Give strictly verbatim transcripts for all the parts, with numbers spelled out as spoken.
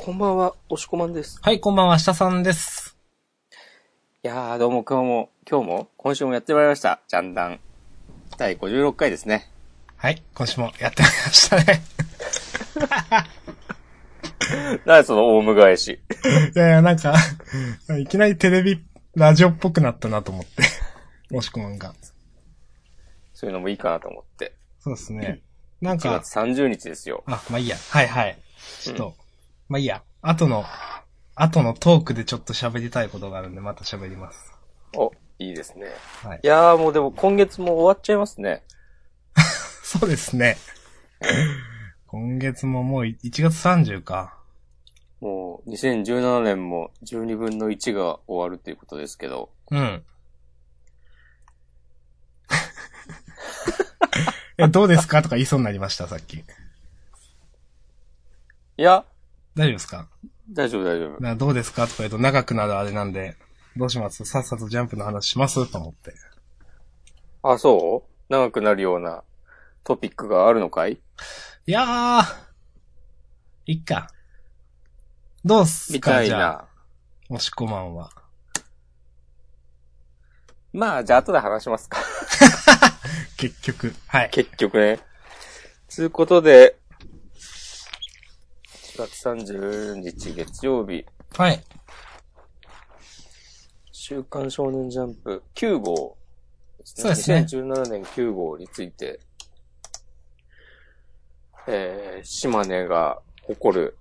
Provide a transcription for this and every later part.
こんばんは、おしこまんです。 はい、こんばんは、下さんです。 いやー、どうも今日も、今日も、今週もやってまいりました。ジャンダン。だいごじゅうろっかいですね。 はい、今週もやってまいりましたね。 何そのオウム返し。 いやいや、なんか、いきなりテレビ、ラジオっぽくなったなと思って。おしこまんが。 そういうのもいいかなと思って。 そうですね。なんか。 いちがつさんじゅうにちですよ。 あ、まあいいや。はいはい。ちょっと、うん、まあいいや。後の、後のトークでちょっと喋りたいことがあるんで、また喋ります。 お、いいですね。 はい。 いやーもうでも今月も終わっちゃいますね。 そうですね。今月ももういちがつさんじゅうか。 もうにせんじゅうななねんもじゅうにぶんのいちが終わるということですけど。 うん。え、どうですかとか言いそうになりました、さっき。 いや。 大丈夫ですか？ 大丈夫大丈夫。 などうですかとか言うと長くなるあれなんで、どうします？さっさとジャンプの話しますと思って。 あ、そう？長くなるようなトピックがあるのかい？ いやー、いっか。どうっすか？みたいな。じゃあ、おしこまんは。 まあ、じゃあ後で話しますか。 結局。はい。 結局ね。つうことで、しがつさんじゅうにち月曜日。 はい。 週刊少年ジャンプきゅうごうですね。 そうですね。 にせんじゅうななねんきゅうごうについて、えー、島根が誇る、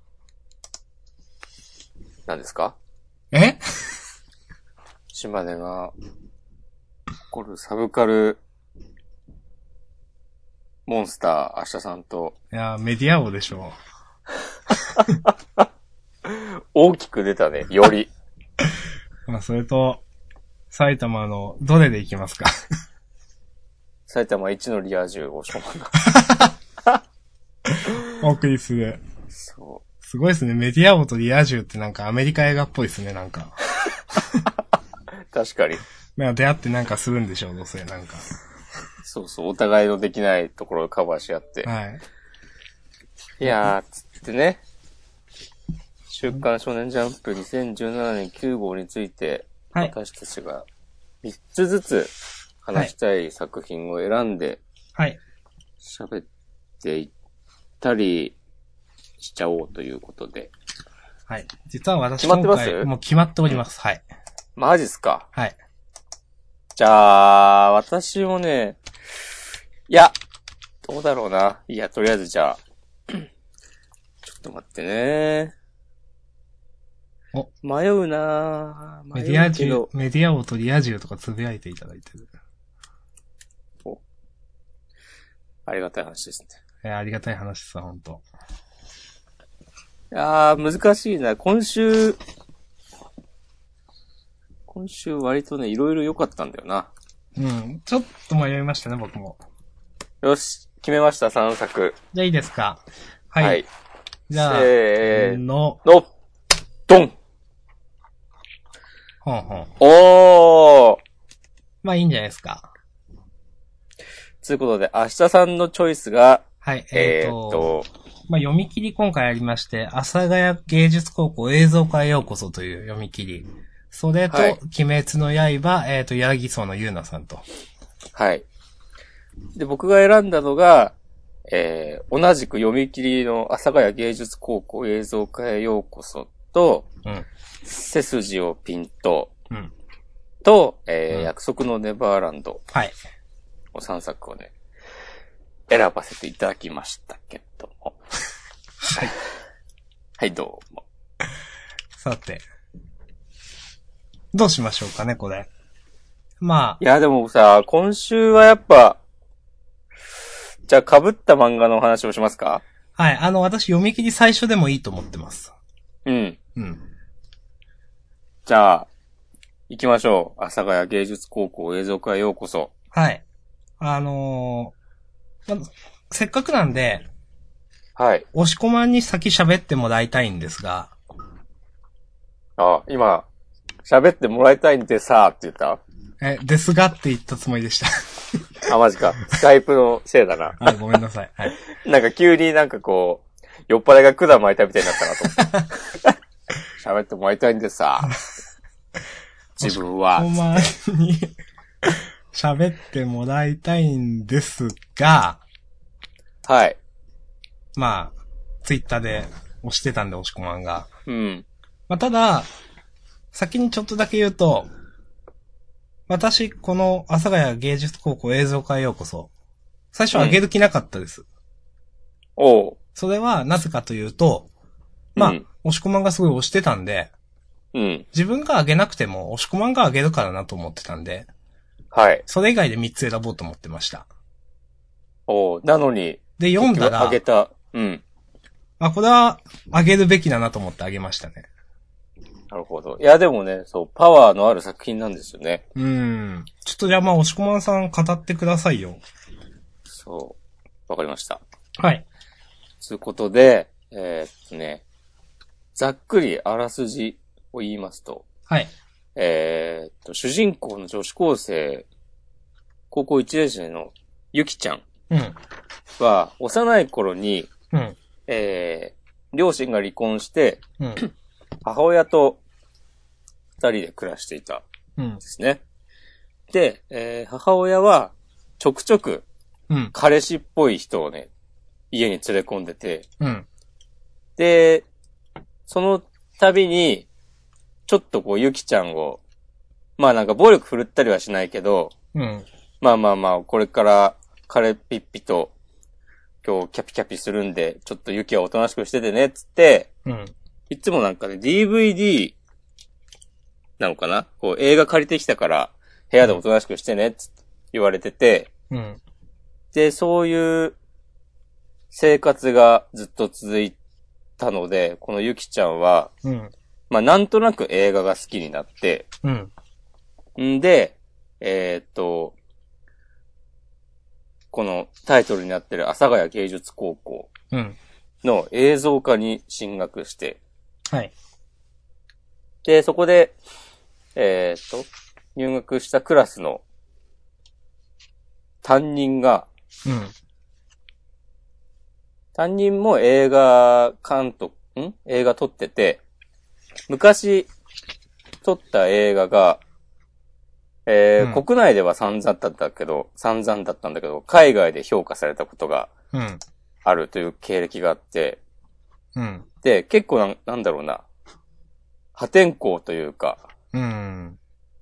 何ですか？ え？ 島根が誇るサブカルモンスター明日さんと。 いやー、メディア王でしょ。 大きく出たね、より。 まあ、それと、埼玉の、どれで行きますか？ 埼玉一のリア充、おしこまんが。 お送りする。 そう。 すごいですね。メディア王とリア充ってなんかアメリカ映画っぽいですね、なんか。 確かに。 なんか出会ってなんかするんでしょう、どうせ、なんか。 そうそう、お互いのできないところをカバーし合って。 はい。 いやー、つってね。週刊少年ジャンプにせんじゅうななねんきゅうごうについて、はい、私たちがみっつずつ話したい作品を選んで、はい。喋っていったりしちゃおうということで。 はい。実は私決まってます？ 今回もう決まっております。はい。 マジっすか？ はい。 じゃあ、私もね、いや、どうだろうな。いや、とりあえずじゃあ、ちょっと待ってね。 お、 迷うなぁ。 メディア充、メディア王とリア充とかつぶやいていただいてる。 お、ありがたい話ですね。 いや、ありがたい話さ、ほんと。 いやー、難しいな。今週、今週割とね、いろいろ良かったんだよな。 うん。ちょっと迷いましたね、僕も。 よし、決めました、さんさく。 じゃあいいですか。はい。はい、じゃあ、 せーの、 の、ドンほんほん。 おー。 まあいいんじゃないですか。 ということで、明日さんのチョイスが、 はい、えー、っと、えー、まあ読み切り今回ありまして、阿佐ヶ谷芸術高校映像科へようこそという読み切り。それと、はい、鬼滅の刃、えー、っと、柳荘のゆうなさんと。 はい。で、僕が選んだのが、えー、同じく読み切りの阿佐ヶ谷芸術高校映像科へようこそと、うん、背筋をピンと、うん、と、えーうん、約束のネバーランド。 はい。 さんさくをね、選ばせていただきましたけども。 はい。 はい、どうも。 さて。どうしましょうかね、これ。まあ。 いや、でもさ、今週はやっぱ、じゃあ被った漫画の話をしますか？ はい、あの、私読み切り最初でもいいと思ってます。 うん。 うん。 じゃあ、行きましょう。阿佐ヶ谷芸術高校映像科へようこそ。 はい。あのー、ま、せっかくなんで、 はい。 押し込まんに先喋ってもらいたいんですが。 あ、今、喋ってもらいたいんでさーって言った？ え、ですがって言ったつもりでした。 あ、マジか。スカイプのせいだな。 あ、ごめんなさい。はい。 なんか急になんかこう、 酔っ払いが管巻いたみたいになったなと思って。喋ってもらいたいんでさ。自分は。 お前に喋ってもらいたいんですが。 はい。 まあ、ツイッターで押してたんで、押し込まんが。 うん。 まあ、ただ、先にちょっとだけ言うと、私、この、阿佐ヶ谷芸術高校映像科へようこそ。最初上げる気なかったです。うん、 おう。 それは、なぜかというと、まあ、うん、押し込まんがすごい押してたんで、 うん。 自分が上げなくても、押し込まんが上げるからなと思ってたんで、 はい。 それ以外でみっつ選ぼうと思ってました。 おう。なのに、 で、読んだら、 上げた。うん。 あ、これは、上げるべきだなと思って上げましたね。 なるほど。いや、でもね、そう、パワーのある作品なんですよね。 うーん。ちょっとじゃあまあ、押し込まんさん語ってくださいよ。 そう。わかりました。 はい。 ということで、えー、っとね、ざっくりあらすじを言いますと。 はい。 えー、っと、主人公の女子高生、高校いちねん生のゆきちゃんは、うん、幼い頃に、 うん、 えー、両親が離婚して、 うん、 母親と二人で暮らしていたんですね。うん、で、えー、母親はちょくちょく彼氏っぽい人をね、家に連れ込んでて、 うん、 で、その度に、ちょっとこう、ゆきちゃんを、まあなんか暴力振るったりはしないけど、 うん、 まあまあまあ、これから彼ピッピと今日キャピキャピするんで、ちょっとゆきはおとなしくしててね、つって、 うん、 いつもなんかね、ディーブイディー なのかなこう、映画借りてきたから、部屋でおとなしくしてね、つって言われてて、 うん、 で、そういう生活がずっと続いたので、このゆきちゃんは、 うん、 まあなんとなく映画が好きになって、 うん、 んで、えー、っと、このタイトルになってる阿佐ヶ谷芸術高校の映像科に進学して、 はい。 で、そこで、えー、っと、入学したクラスの担任が、 うん、 担任も映画監督、ん映画撮ってて、昔撮った映画が、えーうん、国内では散々だったけど、散々だったんだけど、海外で評価されたことがあるという経歴があって、 うん、 で、結構な、なんだろうな、破天荒というか、 うん、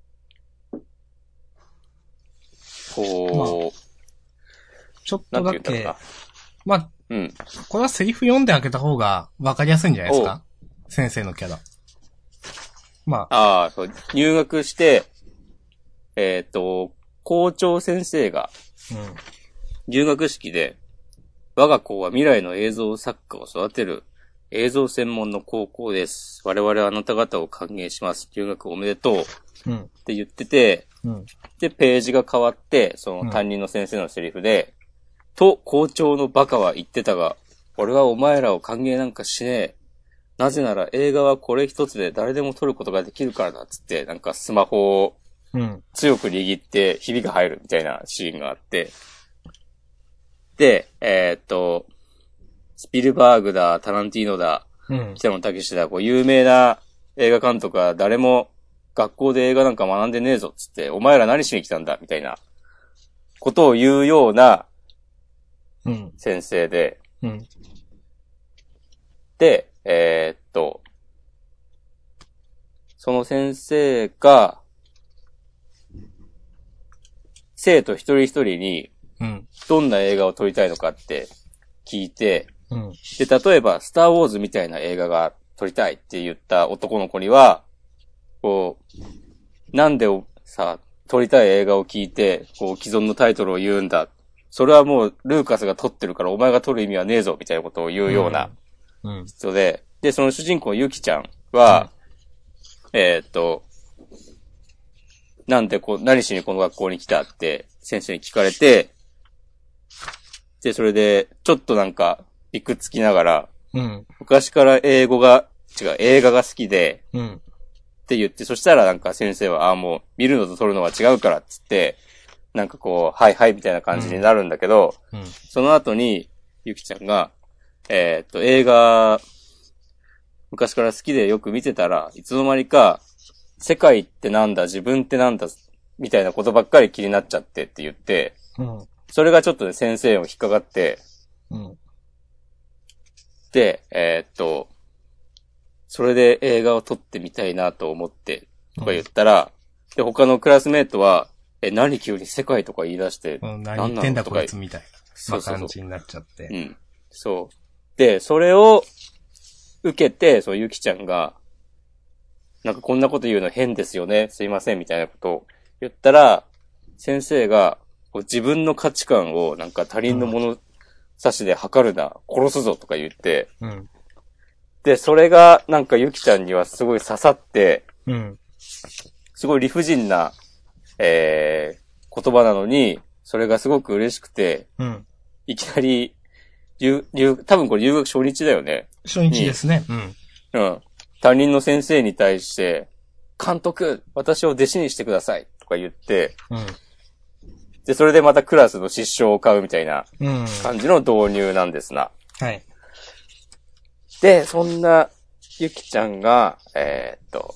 こう、 まあ、ちょっとだけ、 だまあ、うん、これはセリフ読んであげた方が分かりやすいんじゃないですか？先生のキャラ。まあ。ああ、そう、入学して、えっと、校長先生が、入学式で、我が校は未来の映像作家を育てる映像専門の高校です。我々はあなた方を歓迎します。入学おめでとう。 うん、 って言ってて、 うん、 で、ページが変わって、その担任の先生のセリフで、うん、と、校長のバカは言ってたが、俺はお前らを歓迎なんかしねえ。なぜなら映画はこれ一つで誰でも撮ることができるからだっつって、なんかスマホを強く握ってひびが入るみたいなシーンがあって、で、えー、っと、スピルバーグだ、タランティーノだ、 うん、 北野武だ、こう有名な映画監督は誰も学校で映画なんか学んでねえぞっつって、お前ら何しに来たんだみたいなことを言うような先生で、 うんうん、 で、えー、っと、その先生が、生徒一人一人に、どんな映画を撮りたいのかって聞いて、 うん、 で、例えば、スター・ウォーズみたいな映画が撮りたいって言った男の子には、こう、なんでさ、撮りたい映画を聞いて、こう、既存のタイトルを言うんだ。それはもう、ルーカスが撮ってるから、お前が撮る意味はねえぞ、みたいなことを言うような人で、で、その主人公、ゆきちゃんは、うん、えー、っと、なんでこう、何しにこの学校に来たって先生に聞かれて、で、それで、ちょっとなんか、びくつきながら、 うん、 昔から英語が、違う、映画が好きで、 うん、 って言って、そしたらなんか先生は、ああ、もう、見るのと撮るのは違うからっつって、なんかこう、はいはいみたいな感じになるんだけど、 うんうん、 その後に、ゆきちゃんが、 えー、っと、映画、昔から好きでよく見てたらいつの間にか、世界ってなんだ、自分ってなんだ、みたいなことばっかり気になっちゃってって言って、うん、それがちょっとね、先生も引っかかって、うん、で、えー、っと、それで映画を撮ってみたいなと思って、とか言ったら、うん、で、他のクラスメイトは、え、何急に世界とか言い出して、 うん、何言ってんだこいつみたいな感じになっちゃって。 うん。そう。で、それを受けて、そう、ゆきちゃんが、なんかこんなこと言うの変ですよね、すいません、みたいなことを言ったら、先生が、自分の価値観をなんか他人の物差しで測るな、うん、殺すぞとか言って、うん、で、それがなんかゆきちゃんにはすごい刺さって、うん、すごい理不尽な、えー、言葉なのに、それがすごく嬉しくて、うん、いきなり、留、留、多分これ留学初日だよね。 初日ですね。うん。 うん。担任の先生に対して、監督、私を弟子にしてくださいとか言って、うん、で、それでまたクラスの失笑を買うみたいな感じの導入なんですな。 うん、はい。 で、そんなゆきちゃんが、えー、っと、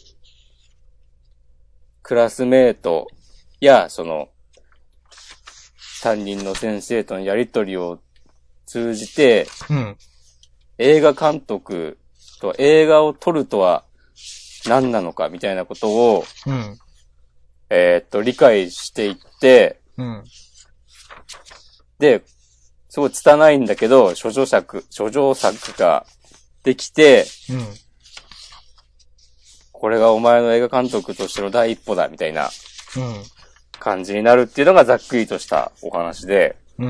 クラスメートや、その、担任の先生とのやりとりを通じて、うん、映画監督と映画を撮るとは何なのかみたいなことを、うん、えー、っと、理解していって、うん、で、すごい拙いんだけど、処女作、処女作ができて、うん、これがお前の映画監督としての第一歩だ、みたいな感じになるっていうのがざっくりとしたお話で、うん、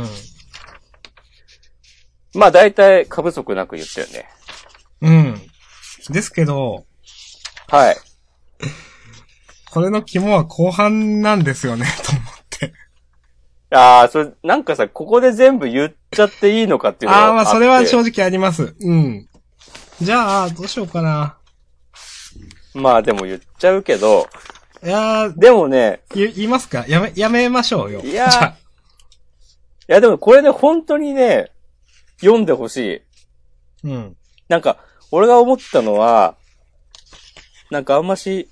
まあ大体過不足なく言ったよね。 うん。ですけど、 はい。 これの肝は後半なんですよね、と思って。 ああ、それ、なんかさ、ここで全部言っちゃっていいのかっていうのがあって。 ああ、まあそれは正直あります。うん。じゃあ、どうしようかな。 まあでも言っちゃうけど、 いやー、 でもね、 言いますかやめ、やめましょうよ。 いやー、いやでもこれね、本当にね、読んでほしい。うん。なんか、俺が思ったのは、なんかあんまし、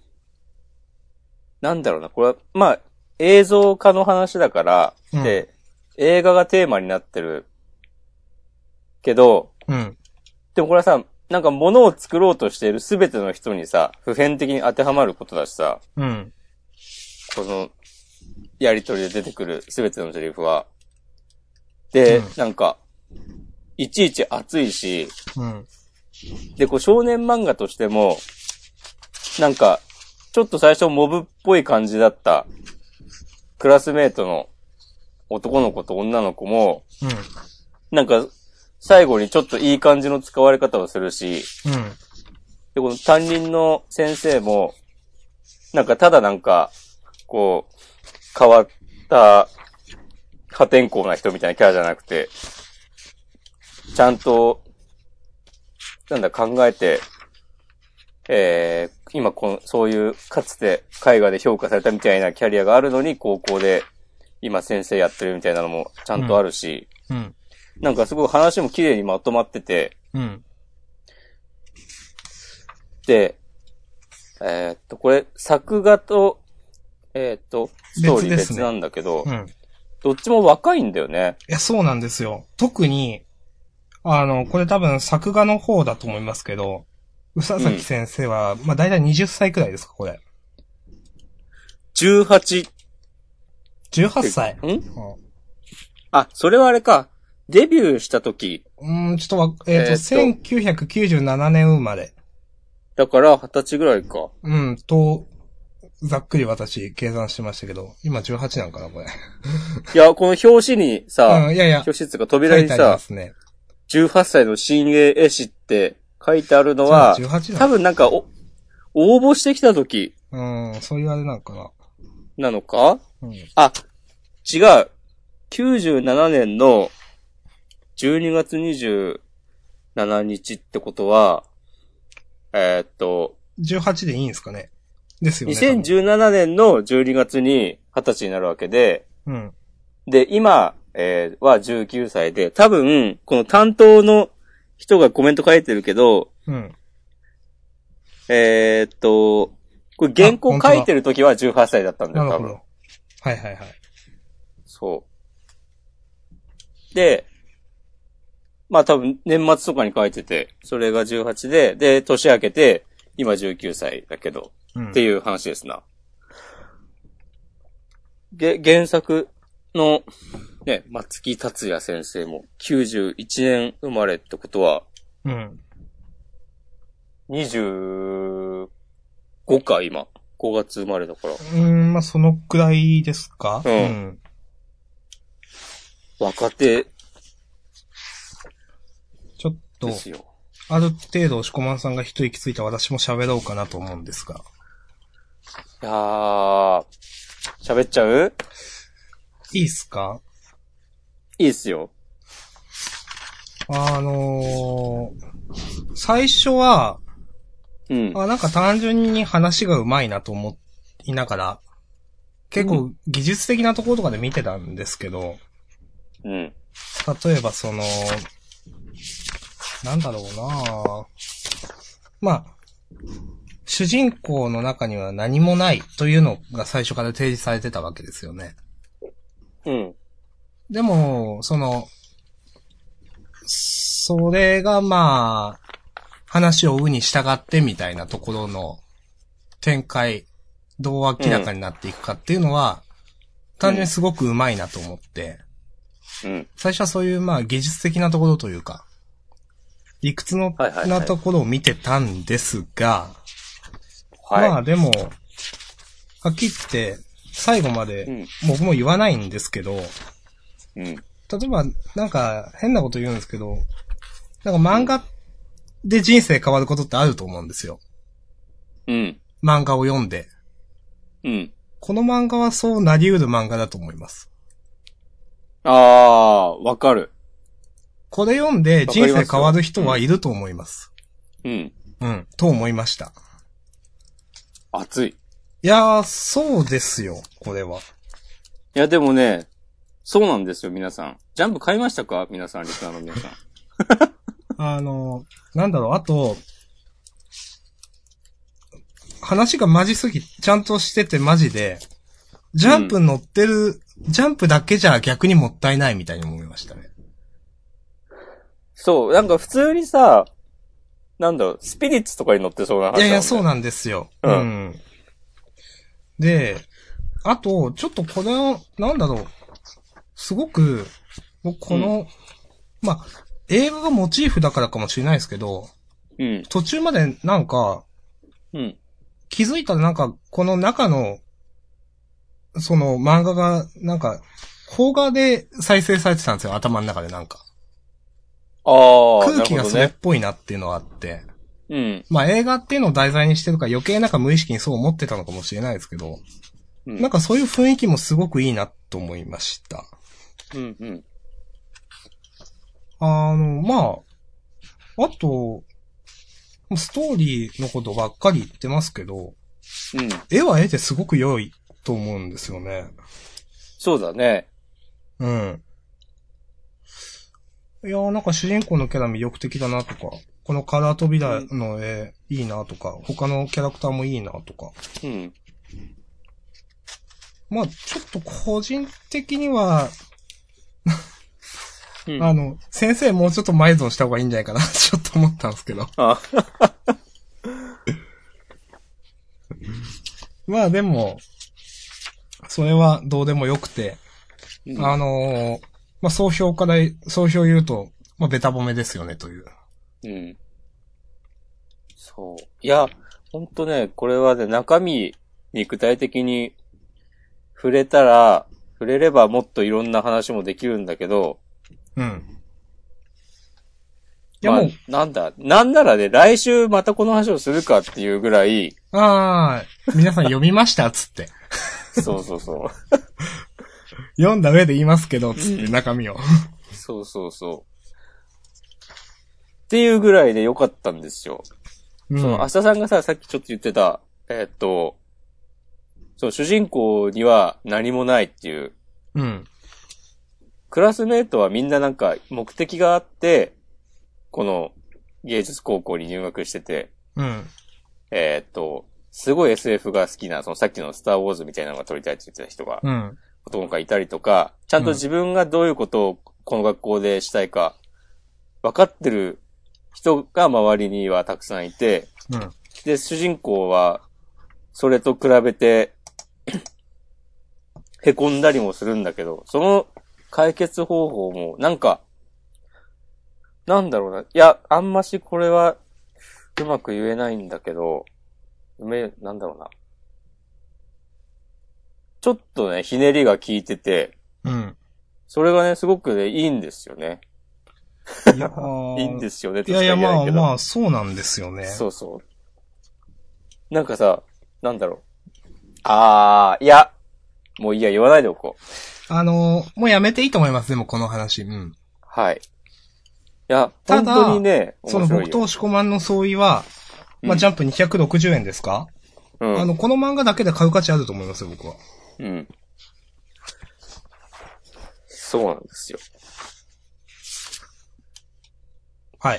なんだろうな、これは、まあ、映像化の話だから、うん、で、映画がテーマになってるけど、うん、でもこれはさ、なんか物を作ろうとしているすべての人にさ、普遍的に当てはまることだしさ、うん、この、やりとりで出てくるすべてのセリフは。で、うん、なんか、いちいち熱いし、うん、で、こう少年漫画としても、なんか、ちょっと最初モブっぽい感じだったクラスメイトの男の子と女の子も、うん、なんか最後にちょっといい感じの使われ方をするし、うん、で、この担任の先生も、なんかただなんか、こう、変わった破天荒な人みたいなキャラじゃなくて、ちゃんと、なんだ考えて、えー、今この、そういう、かつて絵画で評価されたみたいなキャリアがあるのに、高校で今先生やってるみたいなのもちゃんとあるし、うんうん、なんかすごい話も綺麗にまとまってて、うん、で、えー、っと、これ、作画と、えー、っと、ストーリー別なんだけど、ねうん、どっちも若いんだよね。 いや、そうなんですよ。特に、あの、これ多分作画の方だと思いますけど、宇佐崎先生は、うん、まあ、だいたいはたちくらいですか、これ。 じゅうはち。 じゅうはっさい。 ん、うん、あ、それはあれか。デビューした時。 うん、ちょっとわ、えっと、えー、せんきゅうひゃくきゅうじゅうななねん生まれ。 だから、はたちぐらいか。 うん、と、ざっくり私、計算してましたけど、今じゅうはちなんかな、これ。 いや、この表紙にさ、 うん、いやいや、 表紙っていうか扉にさ、ね、じゅうはっさいの新鋭絵師って書いてあるのは、じゅうはち多分なんかお、応募してきた時。 うん、そういうあれなんかな。 なのか、うん、あ、違う。きゅうじゅうななねんのじゅうにがつにじゅうしちにちってことは、えー、っと。 じゅうはちでいいんですかね。ですよね。 にせんじゅうななねんのじゅうにがつにはたちになるわけで、うん。で、今、 えー、はじゅうきゅうさいで、多分、この担当の人がコメント書いてるけど、 うん。 えー、っと、これ原稿書いてる時はじゅうはっさいだったんだよ、多分。 はいはいはい。 そう。で、まあ多分年末とかに書いてて、それがじゅうはちで、で、年明けて、今じゅうきゅうさいだけど、うん、っていう話ですな。で、原作の、ね、松木達也先生もきゅうじゅういちねん生まれってことは、 うん。 にじゅうごか、今。ごがつ生まれだから。うーん、まあ、そのくらいですか？ うん。うん、若手。 ちょっと、ある程度、押しこまんさんが一息ついた私も喋ろうかなと思うんですが。 いやー、喋っちゃう？ いいっすか？ いいっすよ。 あのー、最初は、 うん。 あ、なんか単純に話が上手いなと思いながら、結構技術的なところとかで見てたんですけど、 うん。 例えばその、なんだろうなまあ、主人公の中には何もないというのが最初から提示されてたわけですよね。 うん。 でも、その、それがまあ、話を追うに従ってみたいなところの展開、どう明らかになっていくかっていうのは、うん、単純にすごく上手いなと思って、 うん、 最初はそういうまあ技術的なところというか、理屈のなところを見てたんですが、 はい、 まあでも、はっきり言って、最後まで僕も言わないんですけど、 うん、例えばなんか変なこと言うんですけど、なんか漫画で人生変わることってあると思うんですよ。 うん。 漫画を読んで。 うん。 この漫画はそうなり得る漫画だと思います。 ああ、わかる。 これ読んで人生変わる人はいると思います。 うん。 うん。と思いました。 熱い。 いやー、そうですよ、これは。 いや、でもね、そうなんですよ、皆さん。ジャンプ買いましたか？皆さん、リスナーの皆さん。 あの、なんだろう、あと、話がマジすぎ、ちゃんとしててマジで、ジャンプ乗ってる、うん、ジャンプだけじゃ逆にもったいないみたいに思いましたね。 そう、なんか普通にさ、なんだろう、スピリッツとかに乗ってそうな話だもんね。 いやいや、そうなんですよ。うん。うん、で、あと、ちょっとこれは、なんだろう、すごく、この、うん、まあ、映画がモチーフだからかもしれないですけど、 うん、 途中までなんか、 うん、 気づいたらなんか、この中の、その漫画が、なんか、邦画で再生されてたんですよ、頭の中でなんか。 ああ、 空気がそれっぽいなっていうのがあって。 うん。 まあ映画っていうのを題材にしてるから余計なんか無意識にそう思ってたのかもしれないですけど、うん、なんかそういう雰囲気もすごくいいなと思いました。 うんうん。 あの、まあ、あと、ストーリーのことばっかり言ってますけど、 うん、 絵は絵ですごく良いと思うんですよね。 そうだね。 うん。いやーなんか主人公のキャラ魅力的だなとか、このカラー扉の絵いいなとか、他のキャラクターもいいなとか。 うん。 まあちょっと個人的には、 うん、 あの、先生もうちょっと前ゾンした方がいいんじゃないかなちょっと思ったんですけど。 あまあでも、それはどうでもよくて、うん、あのー、まあ総評から、総評言うと、まあベタ褒めですよねという。 うん。そう。いや、ほんとね、これはね、中身に具体的に触れたら、触れればもっといろんな話もできるんだけど、 うん。 いやまあ、もう、なんだ、なんならね、来週またこの話をするかっていうぐらい。 ああ、皆さん読みましたつって。 そうそうそう。 読んだ上で言いますけど、つって中身を。 そうそうそう。っていうぐらいで良かったんですよ。うん、その、明日さんがさ、さっきちょっと言ってた、えー、っと、そう、主人公には何もないっていう。 うん。 クラスメイトはみんななんか目的があって、この芸術高校に入学してて、 うん。 えー、っと、すごい エスエフ が好きな、そのさっきのスターウォーズみたいなのが撮りたいって言ってた人が、 うん。 男がいたりとか、ちゃんと自分がどういうことをこの学校でしたいか、分かってる人が周りにはたくさんいて、 うん。 で、主人公は、それと比べて、凹んだりもするんだけど、その解決方法も、なんか、なんだろうな。いや、あんましこれは、うまく言えないんだけど、め、なんだろうな。ちょっとね、ひねりが効いてて、 うん。 それがね、すごくね、いいんですよね。 いやーいいんですよね、 いやいや、 としか言えないけど。 まあまあ、そうなんですよね。 そうそう。なんかさ、なんだろう。あー、いや、もういいや、言わないでおこう。 あのー、もうやめていいと思います、でもこの話。うん。 はい。いや、 ただ本当にね、 その僕と押し込まんの相違は、まあ、ジャンプにひゃくろくじゅうえんですか、うん、あの、この漫画だけで買う価値あると思いますよ、僕は。 うん。そうなんですよ。 はい。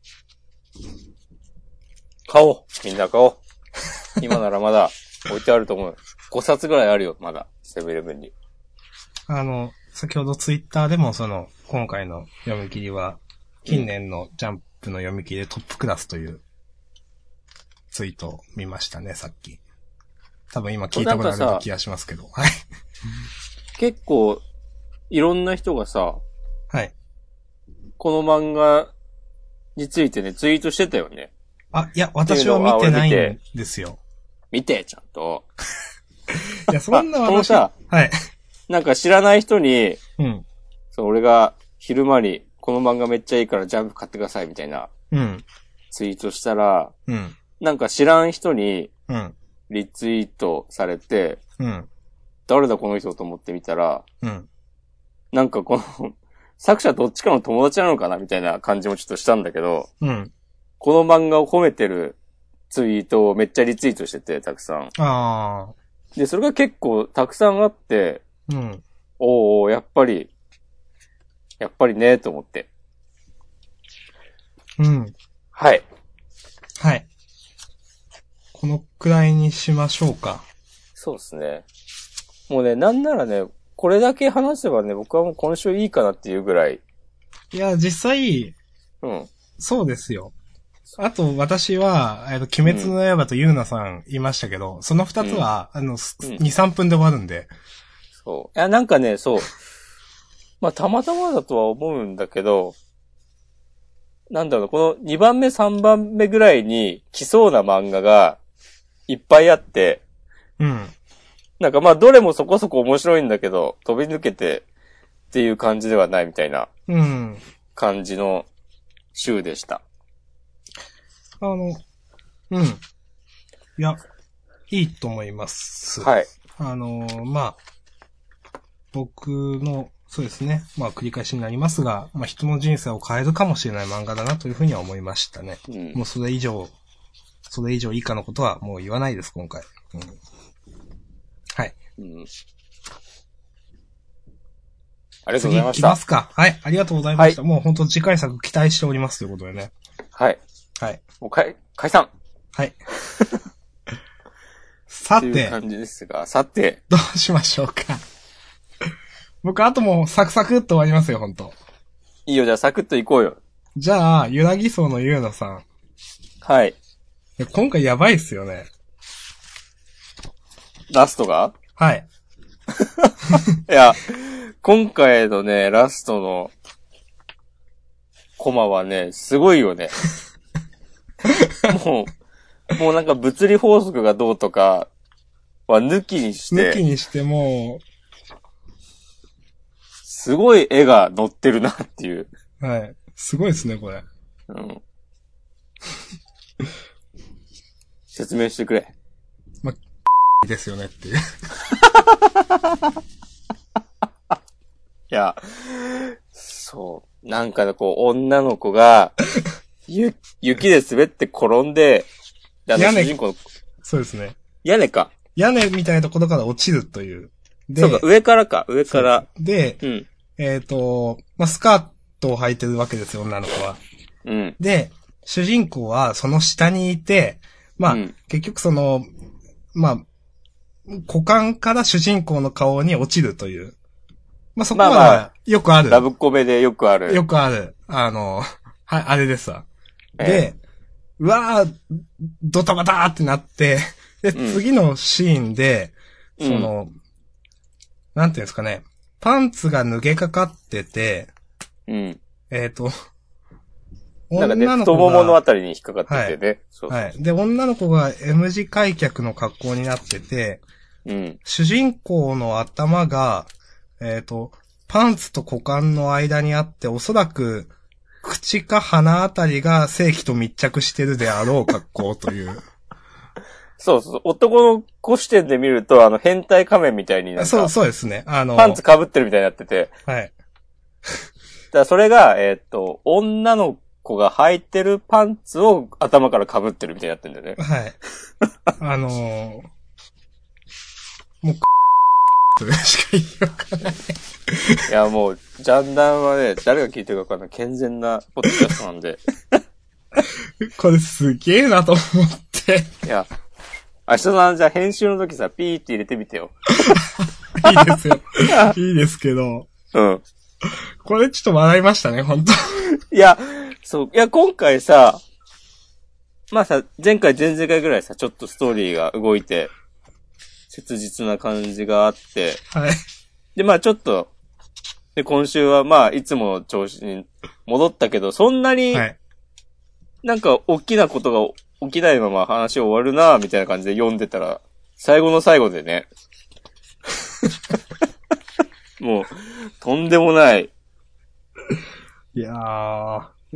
買おう。みんな買おう。今ならまだ置いてあると思う。ごさつぐらいあるよ、まだ。セブンイレブンに。 あの、先ほどツイッターでもその、今回の読み切りは、近年のジャンプの読み切りでトップクラスというツイートを見ましたね、さっき。多分今聞いたことあるような気がしますけど。はい。 結構、いろんな人がさ、 はい。 この漫画についてね、ツイートしてたよね。 あ、いや、私は見てないんですよ。 見て、ちゃんと。 いや、そんな私。 このさ、 はい。 なんか知らない人に、 うん。 そう、俺が昼間に、この漫画めっちゃいいからジャンプ買ってくださいみたいな、 うん。 ツイートしたら、 うん。 なんか知らん人に、 うん。 リツイートされて、 うん。 誰だこの人と思ってみたら、 うん。 なんかこの、作者どっちかの友達なのかなみたいな感じもちょっとしたんだけど、 うん。 この漫画を褒めてるツイートをめっちゃリツイートしてて、たくさん。 ああ。 で、それが結構たくさんあって、 うん。 おー、やっぱり、やっぱりね、と思って。 うん。 はい。 はい。このくらいにしましょうか。 そうですね。もうね、なんならね、これだけ話せばね、僕はもう今週いいかなっていうぐらい。 いや、実際、 うん。 そうですよ。あと、私は、えっと、鬼滅の刃とユーナさん言いましたけど、うん、その二つは、うん、あの、うん、に、さんぷんで終わるんで。 そう。いや、なんかね、そう。まあ、たまたまだとは思うんだけど、なんだろう、このにばんめ、さんばんめぐらいに来そうな漫画がいっぱいあって、 うん。 なんかまあ、どれもそこそこ面白いんだけど、飛び抜けてっていう感じではないみたいな、 うん。 感じの週でした。 あの、うん。いや、いいと思います。 はい。 あの、まあ、僕の、そうですね。まあ、繰り返しになりますが、まあ、人の人生を変えるかもしれない漫画だなというふうには思いましたね。うん、もうそれ以上、それ以上以下のことはもう言わないです、今回。うん、はい。うん、 ありがとうございました。 次行きますか。はい、ありがとうございました。はい、もう本当次回作期待しておりますということでね。 はい。 はい。 もう解、解散。 はい。さて。 という感じですが、さて。 どうしましょうか。僕、あともうサクサクっと終わりますよ、ほんと。 いいよ、じゃあサクッと行こうよ。 じゃあ、ゆらぎそうのゆうなさん。 はい。 今回やばいっすよね。 ラストが？ はい。 いや、今回のね、ラストのコマはね、すごいよね。もう、もうなんか物理法則がどうとかは抜きにして。 抜きにしても、 すごい絵が載ってるなっていう。 はい。すごいですね、これ。 うん。説明してくれ。 ま、ですよねっていう。 いや、そう。なんかこう、女の子が、ゆ、雪で滑って転んで、であの主人公の、 そうですね。 屋根か。 屋根みたいなところから落ちるという。 でそうか、上からか、上から。 で、 うん、 えっ、ー、と、まあ、スカートを履いてるわけですよ、女の子は。 うん。 で、主人公はその下にいて、まあ、うん、結局その、まあ、股間から主人公の顔に落ちるという。まあ、そこまではよくある。 まあまあ、ラブコメでよくある。 よくある。あの、は、あれですわ。で、えー、うわー、ドタバターってなって、で、うん、次のシーンで、その、うん、なんていうんですかね、パンツが脱げかかってて、 うん。 えっ、ー、と、 なんかね、太もものあたりに引っかかっててね。 はい、そうそう。はい。で、女の子が エム 字開脚の格好になってて、 うん。 主人公の頭が、えっ、ー、と、パンツと股間の間にあって、おそらく、口か鼻あたりが正規と密着してるであろう格好という。 そうそう。男の子視点で見ると、あの、変態仮面みたいになんか。 そう、そうですね。あの、 パンツ被ってるみたいになってて。 はい。 だからそれが、えー、っと、女の子が履いてるパンツを頭から被ってるみたいになってるんだよね。 はい。あのー、もう、それしか言いようがない。 いや、もう、ジャンダンはね、誰が聞いてるかわかんない。健全なポッドキャストなんで。 これすげえなと思って。 いや、明日のじゃあ編集の時さ、ピーって入れてみてよ。 いいですよ。いいですけど。 うん。 これちょっと笑いましたね、本当いや、そう、いや、今回さ、まあさ、前回前々回ぐらいさ、ちょっとストーリーが動いて、切実な感じがあって、 はい。 で、まあちょっと、で、今週はまあいつもの調子に戻ったけど、そんなに、なんか大きなことが起きないまま話終わるなぁ、みたいな感じで読んでたら、最後の最後でね、もう、とんでもない。 いやー。 うん。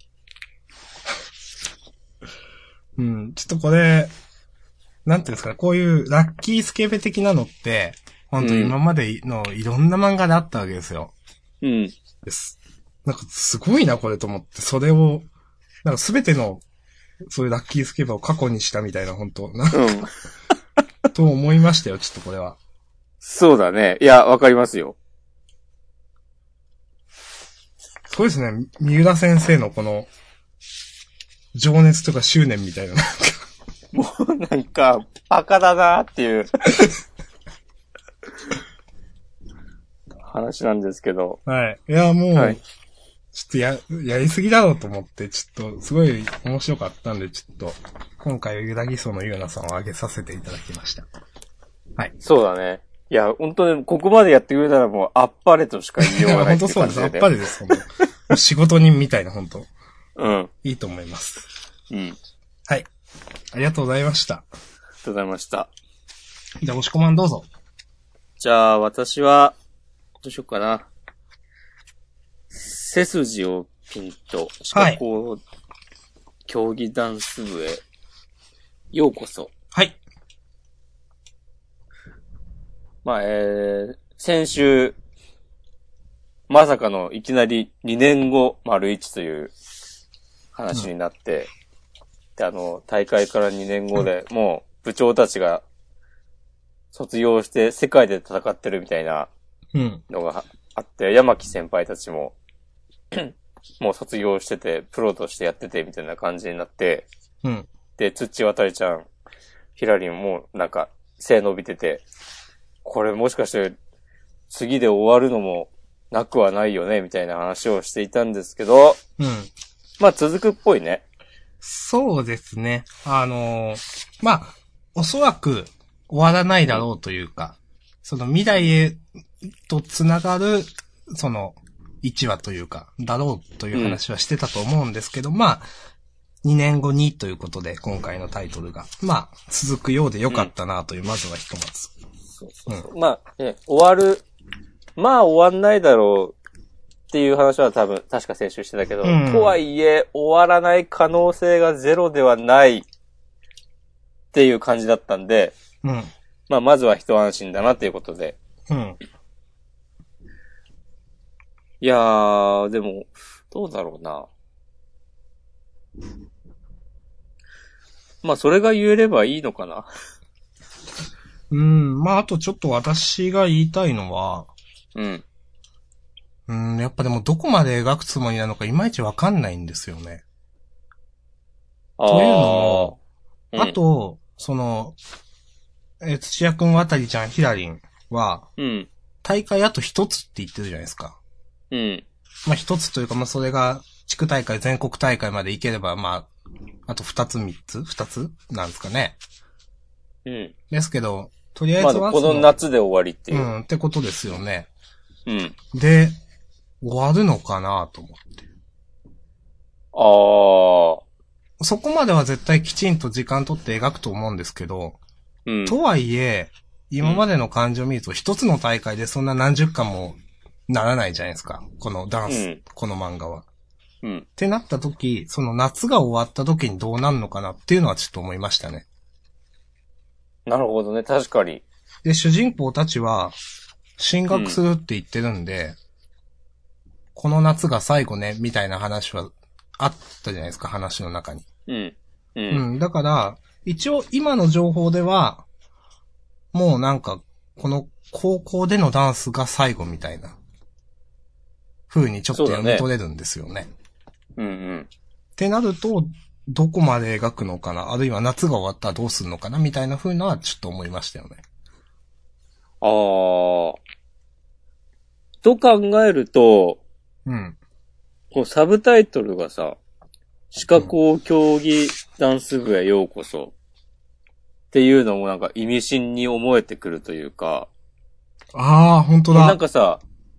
うん、ちょっとこれ、なんていうんですか、こういうラッキースケベ的なのって、本当に今までのいろんな漫画であったわけですよ。 うん。 です。なんかすごいなこれと思って、それを、なんかすべての、そういうラッキースケベを過去にしたみたいな、本当な、うん。と思いましたよ、ちょっとこれは。 そうだね。いや、わかりますよ。 そうですね、三浦先生のこの、情熱とか執念みたいな、なんか。 もうなんか、バカだなーっていう話なんですけど。 はい。いや、もう、はい、ちょっとや、やりすぎだろうと思って、ちょっと、すごい面白かったんで、ちょっと、今回はユダギソのユーナさんを挙げさせていただきました。はい。 そうだね。いや、本当に、ここまでやってくれたらもう、あっぱれとしか言いようがないって感じで、ね。 本当そうです。あっぱれです、本当仕事人みたいな、本当うん。 いいと思います。 うん。 はい。ありがとうございました。ありがとうございました。 じゃあ、押し込まんどうぞ。 じゃあ、私は、どうしようかな。背筋をピンと、シカゴ競技ダンス部へ、ようこそ。 はい。 まあ、えー、先週、まさかのいきなりにねんご丸いちという話になって、うん、で、あの、大会からにねんごで、うん、もう部長たちが卒業して世界で戦ってるみたいなのがあって、うん、山木先輩たちも、もう卒業してて、プロとしてやっててみたいな感じになって、 うん、 で、土渡りちゃん、ヒラリンもなんか背伸びてて、これもしかして次で終わるのもなくはないよねみたいな話をしていたんですけど、 うん、 まあ続くっぽいね。 そうですね。あのー、まあ、おそらく終わらないだろうというか、その未来へとつながる、そのいちわというか、だろうという話はしてたと思うんですけど、うん、まあ、にねんごにということで今回のタイトルが、まあ、続くようでよかったなという、うん、まずはひとまず。 そうそうそう。うん、まあ、ね、終わる、まあ終わんないだろうっていう話は多分、確か先週してたけど、うん、とはいえ、終わらない可能性がゼロではないっていう感じだったんで、 うん、 まあまずは一安心だなっていうことで。 うん、 いやー、でも、どうだろうな。まあそれが言えればいいのかな。 うん、まああとちょっと私が言いたいのは、 うん。 うん、やっぱでもどこまで描くつもりなのかいまいちわかんないんですよね。というのも、うん、あと、その、えー、土屋くん、渡りちゃん、ひらりんは、うん、大会あと一つって言ってるじゃないですか。 うん。 まあ一つというか、まあそれが、地区大会、全国大会まで行ければ、まあ、あと二つ三つ二つなんですかね。 うん。 ですけど、とりあえずは。 まあ、この夏で終わりっていう。うん、ってことですよね。 うん。 で、終わるのかなと思って。 ああ。 そこまでは絶対きちんと時間取って描くと思うんですけど、うん、とはいえ、今までの感情を見ると一つの大会でそんな何十巻もならないじゃないですか。このダンス、うん、この漫画は。 うん。 ってなった時、その夏が終わった時にどうなるのかなっていうのはちょっと思いましたね。 なるほどね、確かに。 で、主人公たちは、進学するって言ってるんで、うん、この夏が最後ね、みたいな話はあったじゃないですか、話の中に。 うん。うん。 うん。だから、一応今の情報では、もうなんか、この高校でのダンスが最後みたいな、風にちょっと読み取れるんですよね。 うんうん。 ってなると、どこまで描くのかな、あるいは夏が終わったらどうするのかなみたいな風なはちょっと思いましたよね。 ああ。と考えると、 うん。 こうサブタイトルがさ、歯科校競技ダンス部へようこそっていうのもなんか意味深に思えてくるというか。 ああ、本当だ。 なんかさ、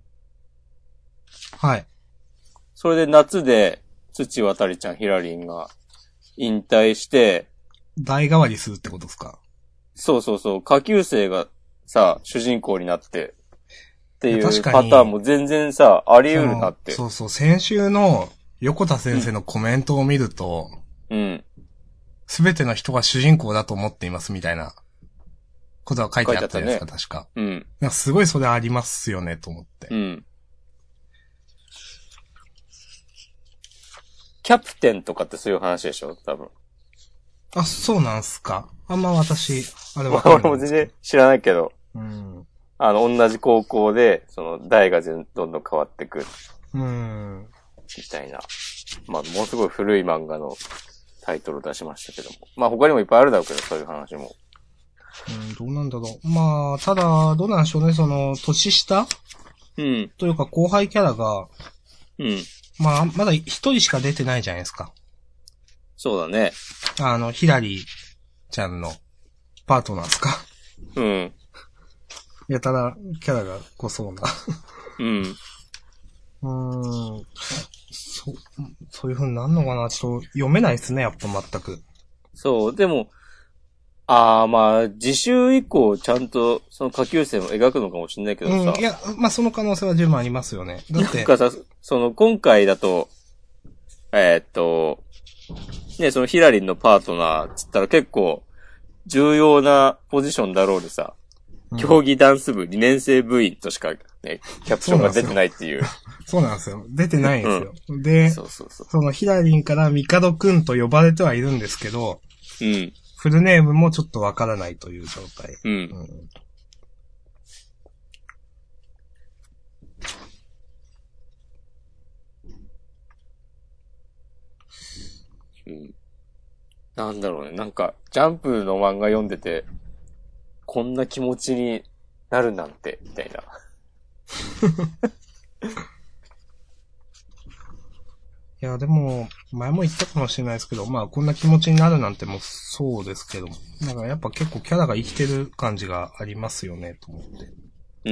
はい。 それで夏で土渡りちゃんひらりんが引退して、 代替わりするってことですか？ そうそうそう、下級生がさ、主人公になって、っていうパターンも全然さ、あり得るなって。 そうそう、先週の横田先生のコメントを見ると、 うん。 すべての人が主人公だと思っていますみたいなことが書いてあったじゃないですか、ね、確か。 うん。 なんかすごいそれありますよね、と思って。 うん。キャプテンとかってそういう話でしょ、多分。 あ、そうなんすか。あんま私、あれは。俺も全然知らないけど。 うん。 あの、同じ高校で、その、代がどんどん変わってくる。 うん。 みたいな。まあ、ものすごい古い漫画のタイトルを出しましたけども。まあ、他にもいっぱいあるだろうけど、そういう話も。 うん、どうなんだろう。まあ、ただ、どうなんでしょうね、その、年下うん。 というか、後輩キャラが、 うん。 まあ、まだ一人しか出てないじゃないですか。 そうだね。 あの、ヒラリーちゃんのパートナーですか。 うん。 やたらキャラが濃そうな。 うん。 うーん。そ、そういう風になるのかな、ちょっと読めないですね、やっぱ全く。 そう、でも、ああ、まあ、次週以降ちゃんとその下級生も描くのかもしれないけどさ。 うん、いや、まあその可能性は十分ありますよね。だって。 なんかさ、その今回だと、えー、っと、ね、そのヒラリンのパートナーつったら結構重要なポジションだろうでさ、うん、競技ダンス部にねん生部員としかね、キャプションが出てないっていう。 そうなんですよ。出てないんですよ。うん、で、 そうそうそう、 そのヒラリンからミカドくんと呼ばれてはいるんですけど、 うん。 フルネームもちょっとわからないという状態。 うん。うんうん、なんだろうね。なんか、ジャンプの漫画読んでて、こんな気持ちになるなんて、みたいな。 いや、でも、前も言ったかもしれないですけど、まあ、こんな気持ちになるなんてもそうですけど、なんかやっぱ結構キャラが生きてる感じがありますよね、と思って。 うん。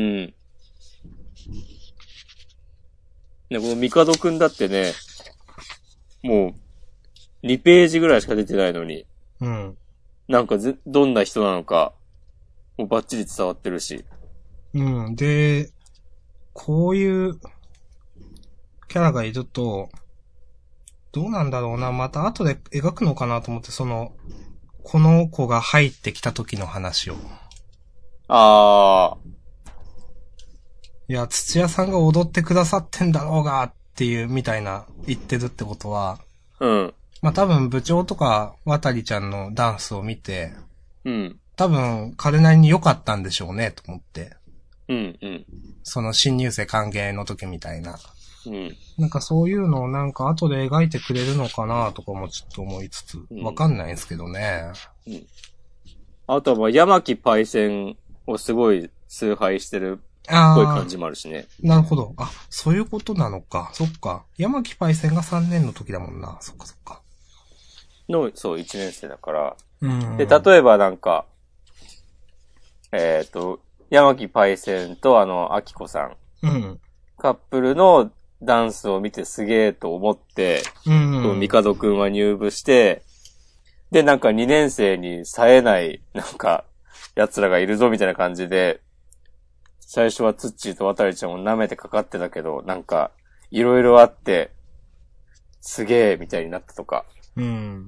ね、このミカドくんだってね、もう、にページぐらいしか出てないのに、 うん。 なんかぜ、どんな人なのか、もうバッチリ伝わってるし。 うん。で、こういうキャラがいると、どうなんだろうな、また後で描くのかなと思って、その、この子が入ってきた時の話を。 あー。 いや、土屋さんが踊ってくださってんだろうが、っていうみたいな言ってるってことは、 うん。 まあ多分部長とか渡りちゃんのダンスを見て、 うん。 多分彼なりに良かったんでしょうね、と思って。 うんうん。 その新入生歓迎の時みたいな。 うん。 なんかそういうのをなんか後で描いてくれるのかなとかもちょっと思いつつ、わかんないんですけどね。 うん。あとはまあ、山木パイセンをすごい崇拝してるっぽい感じもあるしね。 なるほど。あ、そういうことなのか。そっか。山木パイセンがさんねんの時だもんな。そっかそっか。 の、そう、いちねん生だから。 うん。 で、例えばなんか、えっと、山木パイセンとあの、アキコさん。 うん。 カップルのダンスを見てすげえと思って、 うん。 ミカドくんは入部して、で、なんかにねん生に冴えない、なんか、奴らがいるぞみたいな感じで、最初はツッチーと渡りちゃんを舐めてかかってたけど、なんか、いろいろあって、すげえみたいになったとか。 うん。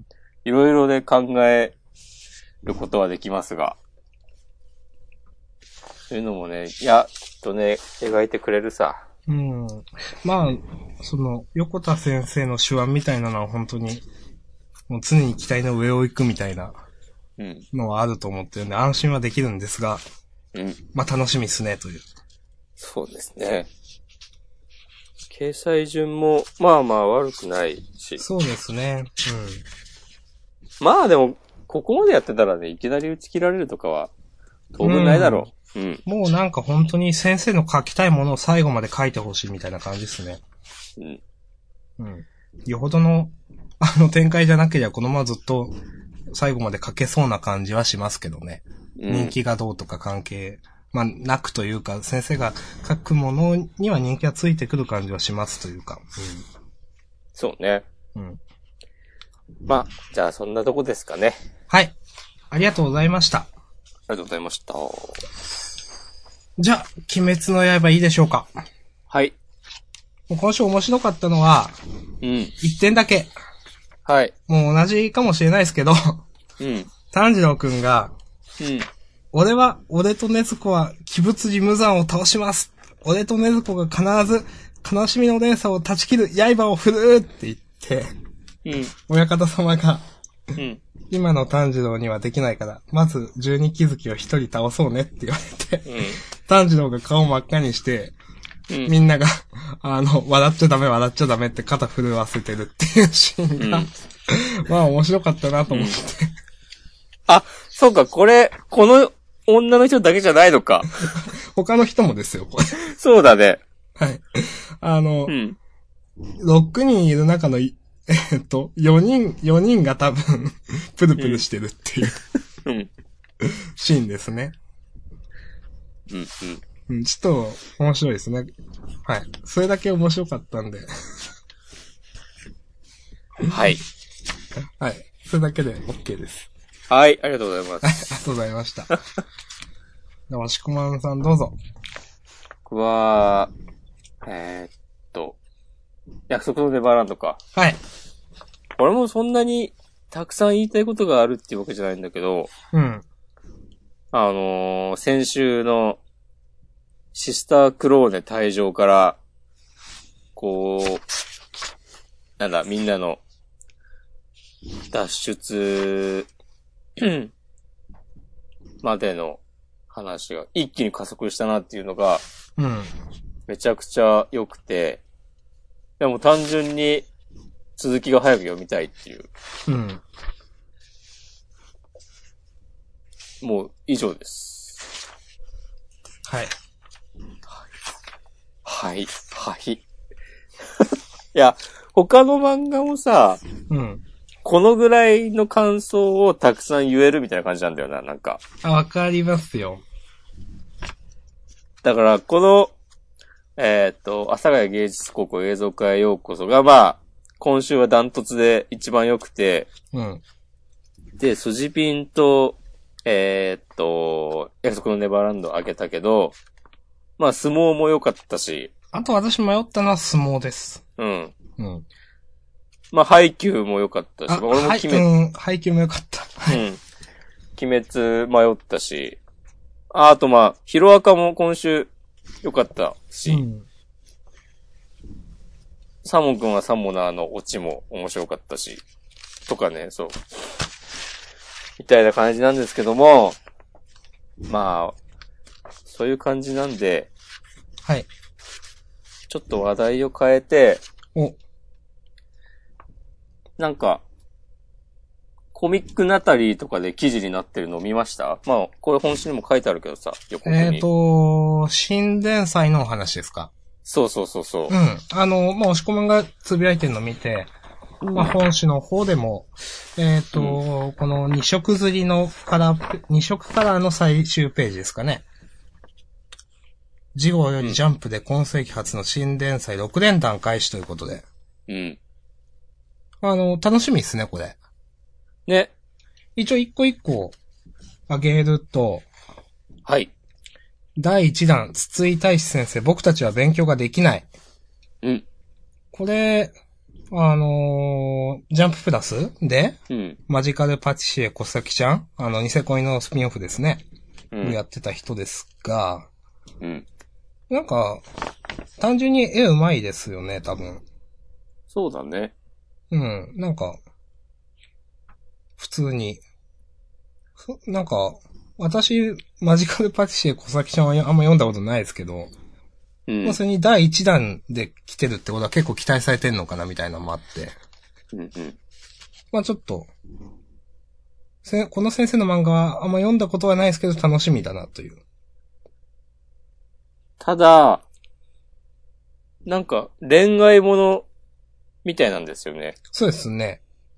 いろいろで考えることはできますが、そういうのもね、いや、きっとね、描いてくれるさ。 うん。まあ、その、横田先生の手腕みたいなのは本当に、もう常に期待の上を行くみたいなのはあると思ってるんで、安心はできるんですが、 うん。 まあ楽しみですね、という。 そうですね。掲載順も、まあまあ悪くないし。 そうですね。 うん。まあでも、ここまでやってたらね、いきなり打ち切られるとかは、当分ないだろう。うん。 うん、もうなんか本当に先生の書きたいものを最後まで書いてほしいみたいな感じですね。 うん。 うん。よほどの、あの展開じゃなければこのままずっと最後まで書けそうな感じはしますけどね。うん、人気がどうとか関係、まあ、なくというか、先生が書くものには人気がついてくる感じはしますというか。うん、 そうね。 うん。 まあ、じゃあそんなとこですかね。 はい。ありがとうございました。ありがとうございました。 じゃあ、鬼滅の刃いいでしょうか。 はい。 今週面白かったのは、 うん。 一点だけ。 はい。 もう同じかもしれないですけど、 うん。 炭治郎くんが、 うん。 俺は、俺と禰豆子は鬼物寺無惨を倒します。俺と禰豆子が必ず、悲しみの連鎖を断ち切る刃を振るって言って、 うん。 親方様が、 うん。 今の炭治郎にはできないから、まず十二鬼月を一人倒そうねって言われて、うん、炭治郎が顔真っ赤にして、うん、みんなが、あの、笑っちゃダメ笑っちゃダメって肩震わせてるっていうシーンが、うん、まあ面白かったなと思って、うん。 あ、そうか、これ、この女の人だけじゃないのか。 他の人もですよ、これ。 そうだね。 はい。あの、 うん、 ろくにんいる中の、えっと、よにん、よにんが多分、プルプルしてるっていう、うん、シーンですね。 うん、うん。 うん、ちょっと、面白いですね。はい。それだけ面白かったんで。 はい。 はい。それだけで OK です。 はい、ありがとうございます。 ありがとうございました。では、しこまんさんどうぞ。 僕は、えー、っと、約束のネバーランドか。 はい。 俺もそんなにたくさん言いたいことがあるっていうわけじゃないんだけど、 うん。 あのー、先週のシスタークローネ退場から、こう、なんだ、みんなの脱出までの話が一気に加速したなっていうのが、 うん。 めちゃくちゃ良くて、でも単純に続きが早く読みたいっていう。 うん。 もう以上です。 はい。 はい。はい。いや、他の漫画もさ、 うん。 このぐらいの感想をたくさん言えるみたいな感じなんだよな、なんか。 あ、わかりますよ。 だから、この、えっと、阿佐ヶ谷芸術高校映像科へようこそが、まあ、今週はダントツで一番良くて、 うん。 で、スジピンと、えー、っと、約束のネバーランドあげたけど、まあ、相撲も良かったし。 あと私迷ったのは相撲です。 うん。 うん。 まあ、配給も良かったし、 あ、俺も決め、うん、配給も良かった。 はい。うん。鬼滅迷ったし、あ、あとまあ、ヒロアカも今週良かったし、うん、サモン君はサモナーのオチも面白かったし、とかね、そう。みたいな感じなんですけども、まあ、そそういう感じなんで、 はい。 ちょっと話題を変えて、 お。 なんか、コミックナタリーとかで記事になってるのを見ました？まあ、これ本誌にも書いてあるけどさ、予告に。 えっと、新連載のお話ですか？ そうそうそうそう。 うん。あの、まあ、押し込まんがつぶやいてるのを見て、うん、まあ、本誌の方でも、えっと、うん、このに色刷りのカラー、に色カラーの最終ページですかね。次号よりジャンプで今世紀初の新連載ろく連弾開始ということで。 うん。 あの、楽しみですね、これ。 ね。 一応一個一個あげると。 はい。 だいいちだん、筒井大志先生、僕たちは勉強ができない。 うん。 これ、あのー、ジャンププラスで、 うん、 マジカルパティシエ小崎ちゃん、あの、ニセ恋のスピンオフですね。 うん。 をやってた人ですが、 うん。 なんか、単純に絵うまいですよね、多分。 そうだね。 うん、なんか、普通に。なんか、私、マジカルパティシエ小崎ちゃんはあんま読んだことないですけど、うん、まあそれにだいいちだんで来てるってことは結構期待されてんのかなみたいなのもあって。 うんうん。 まあちょっと、この先生の漫画はあんま読んだことはないですけど楽しみだなという。 ただ、なんか恋愛ものみたいなんですよね。 そうですね。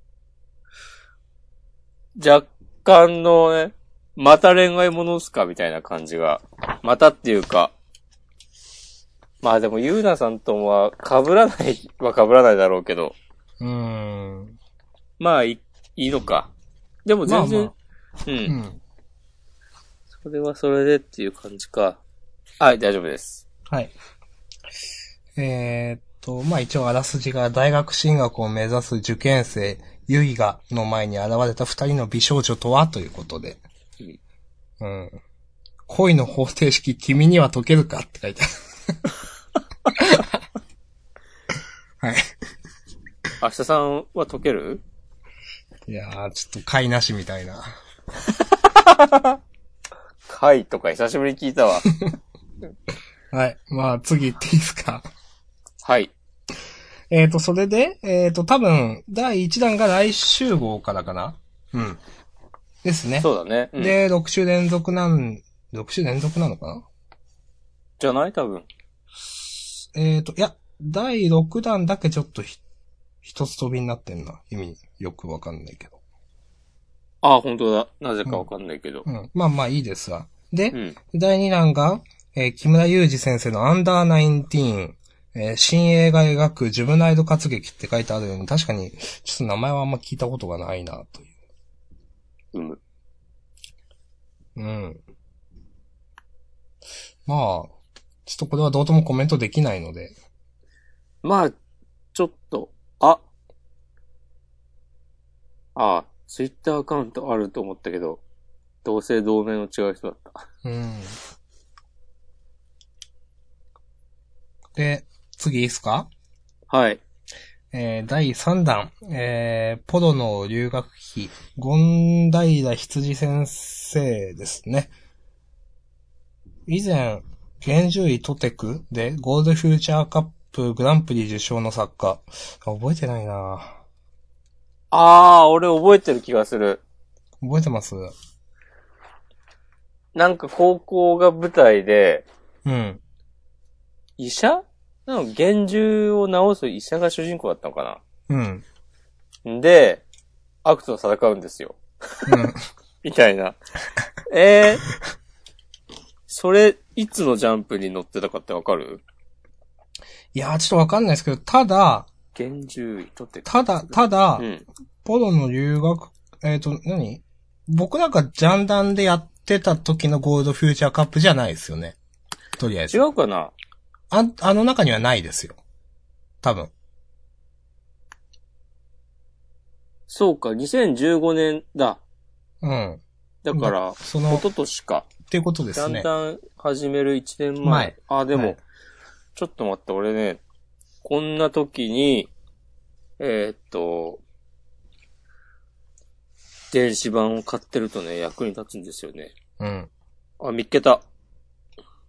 若干のね、また恋愛ものっすかみたいな感じが。またっていうか、まあでもゆうなさんとは被らないは被らないだろうけど。 うーん。 まあいい、いいのか。でも全然、まあまあ、うん、うん。それはそれでっていう感じか。はい、大丈夫です。 はい。えー、っと、まあ一応あらすじが大学進学を目指す受験生、ユイガの前に現れた二人の美少女とはということで。うん。うん、恋の方程式君には解けるかって書いてある。はい。 明日さんは解ける？ いやー、ちょっと貝なしみたいな。 貝とか久しぶりに聞いたわ。 はい。まあ、次行っていいですか？ はい。 えっと、それで、えっと、多分、だいいちだんが来週号からかな？うん。ですね。 そうだね。うん、 で、ろく週連続なん、ろく週連続なのかな？ じゃない？多分。 えっと、いや、だいろくだんだけちょっとひ、一つ飛びになってんな。意味、よくわかんないけど。 ああ、本当だ。なぜかわかんないけど。 うん。うん、まあまあいいですわ。で、うん、だいにだんが、えー、木村祐二先生のアンダーナインティーン、えー、新映画描くジュブナイル活劇って書いてあるように、確かに、ちょっと名前はあんま聞いたことがないな、という。 うん。 うん。まあ、ちょっとこれはどうともコメントできないので。 まあ、ちょっと、あ、ああ、ツイッターアカウントあると思ったけど、同姓同名の違う人だった。 うん。で、次いいっすか？ はい。 えー、だいさんだん、えー、ポロの留学費、権平羊先生ですね。以前、原獣医トテクでゴールドフューチャーカップグランプリ受賞の作家。覚えてないなぁ。 あー、俺覚えてる気がする。 覚えてます？ なんか高校が舞台で、 うん。 医者？なんか幻獣を治す医者が主人公だったのかな？うん。 で、悪と戦うんですよ。うん。みたいな。えー、それ、いつのジャンプに載ってたかってわかる？ いやー、ちょっとわかんないですけど、ただ、 幻獣医とってただ、ただ、 うん、 ポロの留学、えっと、何？僕なんかジャンダンでやってた時のゴールドフューチャーカップじゃないですよね。とりあえず。 違うかな？ あ、あの中にはないですよ。多分。 そうか、にせんじゅうごねんだ。 うん。 だから、その、一昨年か。 っていうことですね。 だんだん始めるいちねんまえ。前あ、でも、はい、ちょっと待って、俺ね、こんな時に、えー、っと、電子版を買ってるとね、役に立つんですよね。 うん。 あ、見っけた。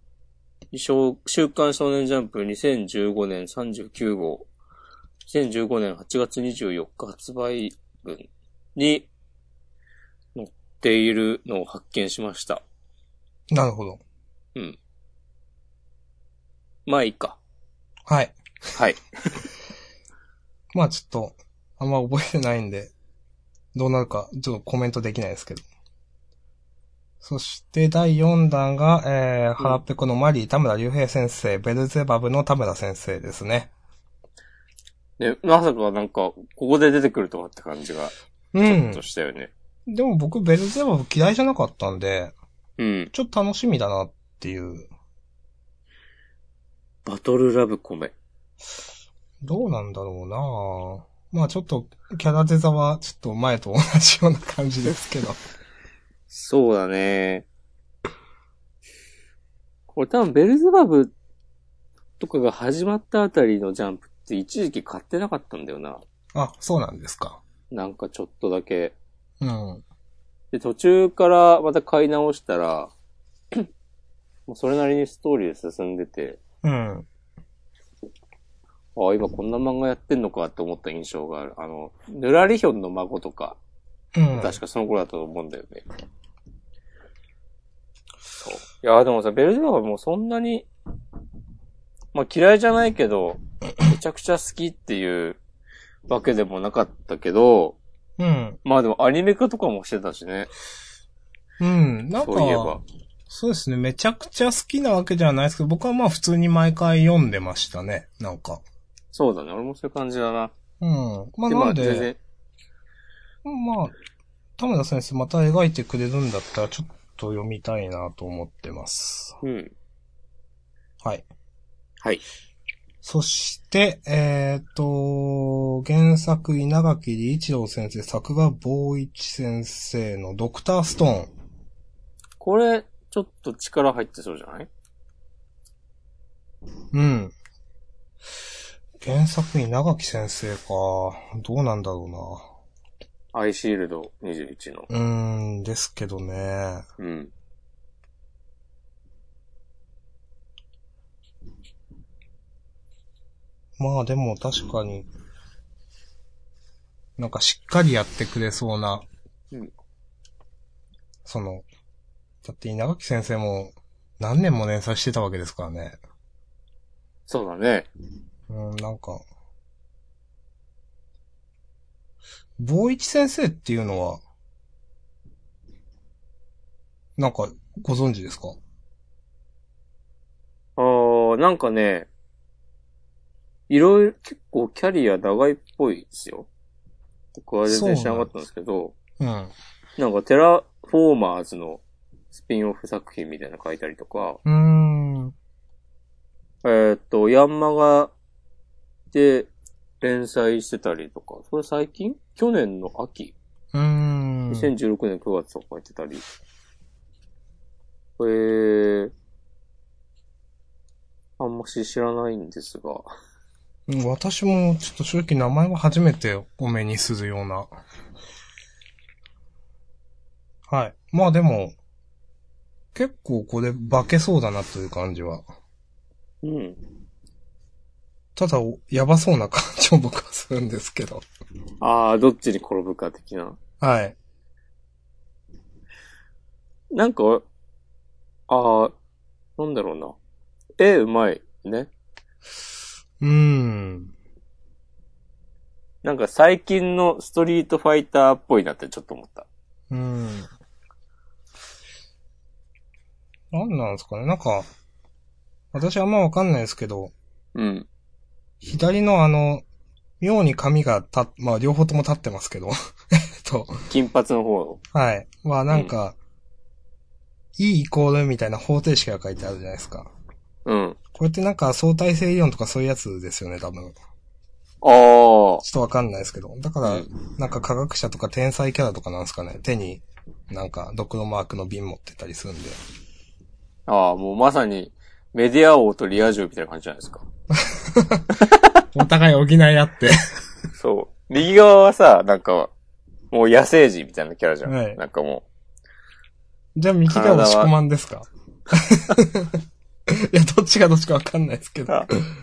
週刊少年ジャンプにせんじゅうごねんさんじゅうきゅうごう、にせんじゅうごねんはちがつにじゅうよっか発売分に載っているのを発見しました。 なるほど。 うん。まあいいか。 はい。 はい。 まあちょっと、あんま覚えてないんで、どうなるか、ちょっとコメントできないですけど。そしてだいよんだんが、えー、腹ペコのマリー田村隆平先生、ベルゼバブの田村先生ですね。 ね、まさかなんか、ここで出てくるとかって感じが、ちょっとしたよね。 うん、でも僕、ベルゼバブ嫌いじゃなかったんで、 うん。 ちょっと楽しみだなっていう。 バトルラブコメ。 どうなんだろうなぁ。まあちょっと、キャラデザはちょっと前と同じような感じですけど。 そうだね。これ多分ベルゼバブとかが始まったあたりのジャンプって一時期買ってなかったんだよな。 あ、そうなんですか。 なんかちょっとだけ。 うん。 で、途中からまた買い直したら、もうそれなりにストーリーで進んでて、 うん。 ああ、今こんな漫画やってんのかって思った印象がある。あの、ヌラリヒョンの孫とか、うん、確かその頃だと思うんだよね。そう。いや、でもさ、ベルゼバブはもうそんなに、まあ嫌いじゃないけど、めちゃくちゃ好きっていうわけでもなかったけど、 うん。 まあでもアニメ化とかもしてたしね。 うん。なんか、そういえば。そうですね。めちゃくちゃ好きなわけじゃないですけど、僕はまあ普通に毎回読んでましたね。なんか。 そうだね。俺もそういう感じだな。 うん。まあなんで、全然まあ、田村先生また描いてくれるんだったらちょっと読みたいなと思ってます。 うん。 はい。 はい。 そして、えっと、原作稲垣理一郎先生、作画坊一先生のドクターストーン。 これ、ちょっと力入ってそうじゃない？ うん。原作稲垣先生か。どうなんだろうな。アイシールドにじゅういちの。 うーん、ですけどね。 うん。 まあでも確かに、なんかしっかりやってくれそうな。 うん。 その、だって稲垣先生も何年も連載してたわけですからね。 そうだね。 うん、なんか、坊一先生っていうのは、なんかご存知ですか？ あー、なんかね、いろいろ結構キャリア長いっぽいですよ。僕は全然知らなかったんですけど、 うん。 なんかテラフォーマーズのスピンオフ作品みたいなの書いたりとか、 うーん。 えーっと、ヤンマガで連載してたりとか、それ最近？去年の秋。 うーん。 にせんじゅうろくねんくがつとか書いてたり。えー、あんまし知らないんですが。 私もちょっと正直名前は初めてお目にするような。はい。まあでも、結構これ化けそうだなという感じは。 うん。 ただ、やばそうな感じを僕はするんですけど。 ああ、どっちに転ぶか的な。 はい。 なんか、ああ、なんだろうな。絵うまいね。 うーん。 なんか最近のストリートファイターっぽいなってちょっと思った。 うーん。なんなんですかね。なんか、私はあんまわかんないですけど。 うん。 左のあの、妙に髪がた、まあ両方とも立ってますけど。えっと。 金髪の方。 はい。まあなんか、うん、E イコールみたいな方程式が書いてあるじゃないですか。 うん。 これってなんか相対性理論とかそういうやつですよね、多分。 ああ。ちょっとわかんないですけど。だから、うん、なんか科学者とか天才キャラとかなんですかね。手に、なんか、ドクロマークの瓶持ってたりするんで。 ああ、もうまさに、メディア王とリア充みたいな感じじゃないですか。 お互い補い合って。 そう。右側はさ、なんか、もう野生児みたいなキャラじゃん。はい、なんかもう。じゃあ右側は押し込まんですか？ いや、どっちがどっちかわかんないですけど。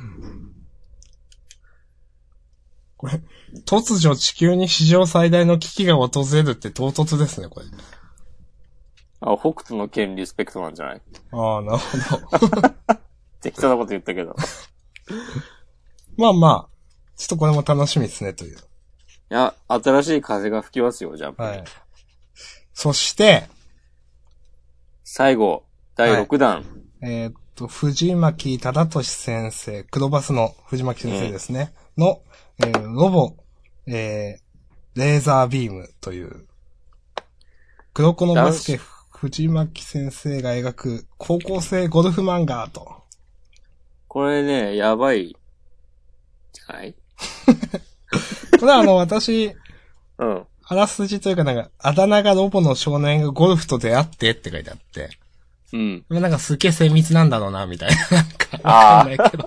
これ、突如地球に史上最大の危機が訪れるって唐突ですね、これ。 あ、北斗の剣リスペクトなんじゃない？ ああ、なるほど。 適当なこと言ったけど。 まあまあ、ちょっとこれも楽しみですね、という。いや、新しい風が吹きますよ、ジャンプ。 はい。そして、 最後、だいろくだん。はい、 えー、っと、藤巻忠俊先生、黒バスの藤巻先生ですね。うん、の、えー、ロボ、えー、レーザービームという、黒子のバスケ藤巻先生が描く高校生ゴルフ漫画と。 これね、やばい。じゃないこれはあの、私、 うん。 あらすじというかなんか、あだ名がロボの少年がゴルフと出会ってって書いてあって。 うん。 なんかすげえ精密なんだろうな、みたいな。なんか、わかんないけど。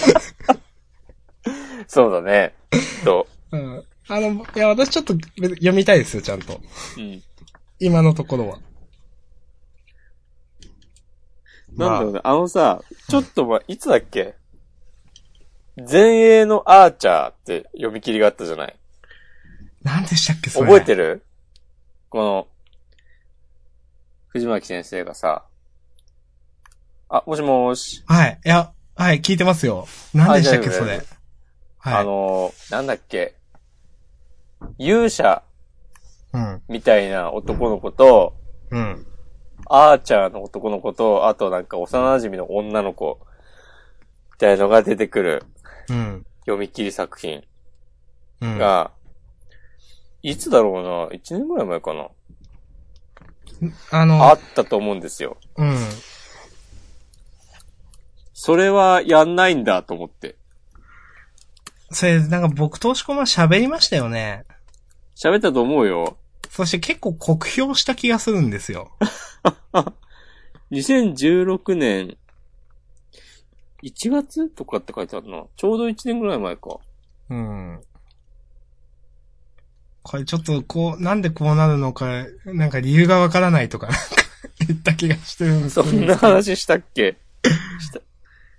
そうだね。と。 うん。あの、いや、私ちょっと読みたいですよ、ちゃんと。 うん。 今のところは。 なんだろうね、あのさ、ちょっとま、いつだっけ？前衛のアーチャーって読み切りがあったじゃない？ 何でしたっけ、それ。 覚えてる？この、藤巻先生がさ、あ、もしもーし。 はい。いや、はい、聞いてますよ。何でしたっけ、それ。 はい。あのー、なんだっけ。勇者、うん。みたいな男の子と、 うん。 アーチャーの男の子と、あとなんか幼馴染の女の子、みたいのが出てくる、 うん。 読み切り作品が、うん、いつだろうな、いちねんぐらい前かな。 あの、 あったと思うんですよ。 うん。 それはやんないんだと思って。 それ、なんか僕と押し込ま喋りましたよね。 喋ったと思うよ。 そして結構酷評した気がするんですよ。 にせんじゅうろくねんいちがつとかって書いてあるな。ちょうどいちねんぐらい前か。 うん。これちょっとこう、なんでこうなるのか、なんか理由がわからないとか、なんか言った気がしてるんですけど。そんな話したっけした。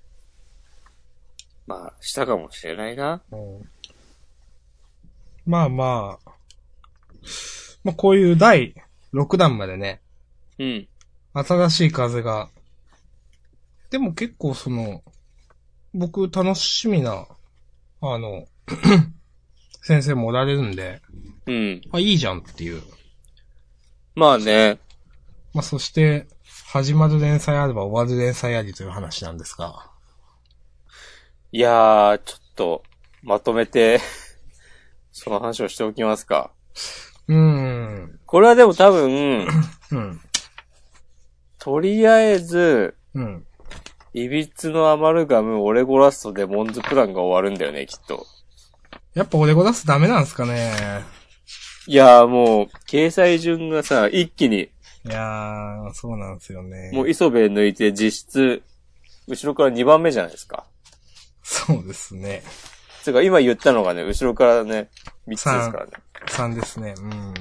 まあ、したかもしれないな。 うん、まあまあ、まあこういうだいろくだんまでね。 うん。 新しい風が。でも結構その、僕楽しみな、あの、先生もおられるんで。 うん。 あ、いいじゃんっていう。 まあね。 まあそして、始まる連載あれば終わる連載ありという話なんですが。 いやー、ちょっと、まとめて、その話をしておきますか。 うーん。 これはでも多分、 うん。 とりあえず、 うん。 いびつのアマルガム、オレゴラストでモンズプランが終わるんだよね、きっと。 やっぱオレゴラストダメなんすかね。 いやーもう、掲載順がさ、一気に。 いやー、そうなんですよね。 もう磯部抜いて実質、後ろからにばんめじゃないですか。 そうですね。 つうか今言ったのがね、後ろからね、みっつですからね。 さんですね。うん。 うん。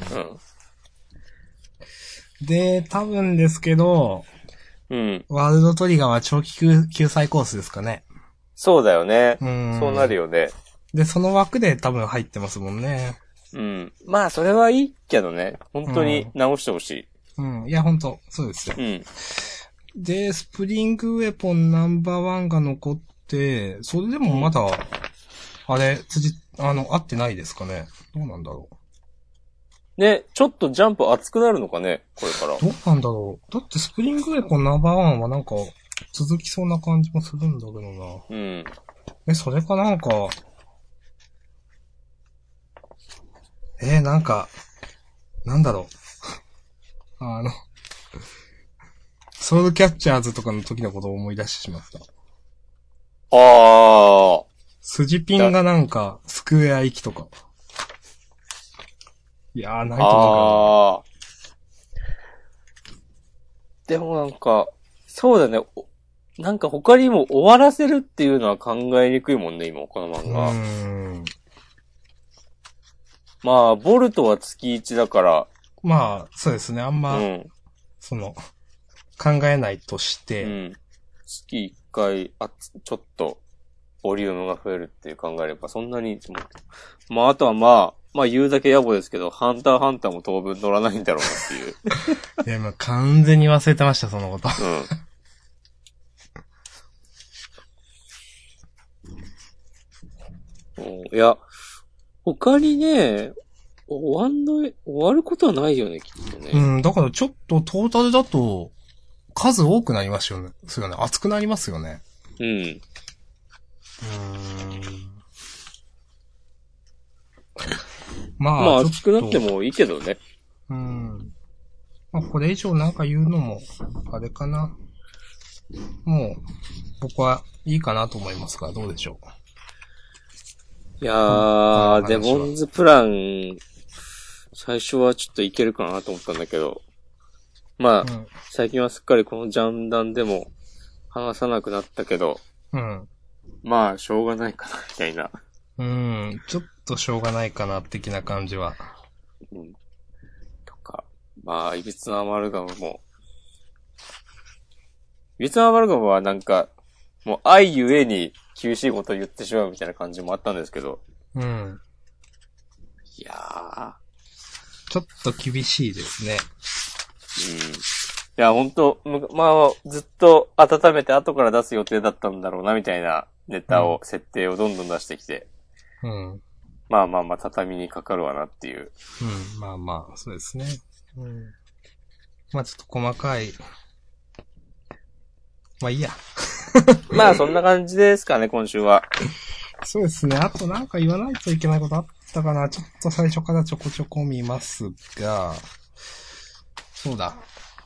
で、多分ですけど、 うん。 ワールドトリガーは長期救済コースですかね。 そうだよね。 うん。 そうなるよね。 で、その枠で多分入ってますもんね。 うん。まあ、それはいいけどね。本当に直してほしい。 うん。うん。いや、本当そうですよ。 うん。 で、スプリングウェポンナンバーワンが残って、それでもまだ、うん、あれ、辻、あの、合ってないですかね。どうなんだろう。 ね、ちょっとジャンプ熱くなるのかね、これから。 どうなんだろう。だってスプリングウェポンナンバーワンはなんか、続きそうな感じもするんだけどな。 うん。 え、それかなんか、えー、なんか、なんだろう。あの、ソウルキャッチャーズとかの時のことを思い出してしまった。 ああ。 筋ピンがなんか、スクエア行きとか。いやー、ないと思うかな。でもなんか、そうだね。なんか他にも終わらせるっていうのは考えにくいもんね、今、この漫画。うーん。まあ、ボルトは月いちだから。 まあ、そうですね。あんま、 うん、 その、考えないとして、 うん。 月いっかい、あ、ちょっと、ボリュームが増えるっていう考えれば、そんなに、まあ、あとはまあ、まあ言うだけ野暮ですけど、ハンターハンターも当分乗らないんだろうなっていう。 いや、もう完全に忘れてました、そのこと。 うん。いや、他にね、終わんない、終わることはないよね、きっとね。 うん、だからちょっとトータルだと、数多くなりますよね。そうよね。熱くなりますよね。 うん。うーん。まあ、 まあ、熱くなってもいいけどね。 うん。まあ、これ以上なんか言うのも、あれかな。もう、僕はいいかなと思いますが、どうでしょう。いやー、うん、デモンズプラン、最初はちょっといけるかなと思ったんだけど、まあ、うん、最近はすっかりこのジャンダンでも話さなくなったけど、 うん。 まあ、しょうがないかな、みたいな。 うん、ちょっとしょうがないかな、的な感じは。 うん。とか、まあ、いびつなアマルガムも、いびつなアマルガムはなんか、もう愛ゆえに厳しいことを言ってしまうみたいな感じもあったんですけど。 うん。 いやー。 ちょっと厳しいですね。 うん。いや、ほんと、まあ、ずっと温めて後から出す予定だったんだろうな、みたいなネタを、うん、設定をどんどん出してきて。 うん。 まあまあまあ、畳にかかるわなっていう。 うん、まあまあ、そうですね。うん。まあちょっと細かい。まあいいや。 まあそんな感じですかね、今週は。 そうですね。あとなんか言わないといけないことあったかな。ちょっと最初からちょこちょこ見ますが、そうだ。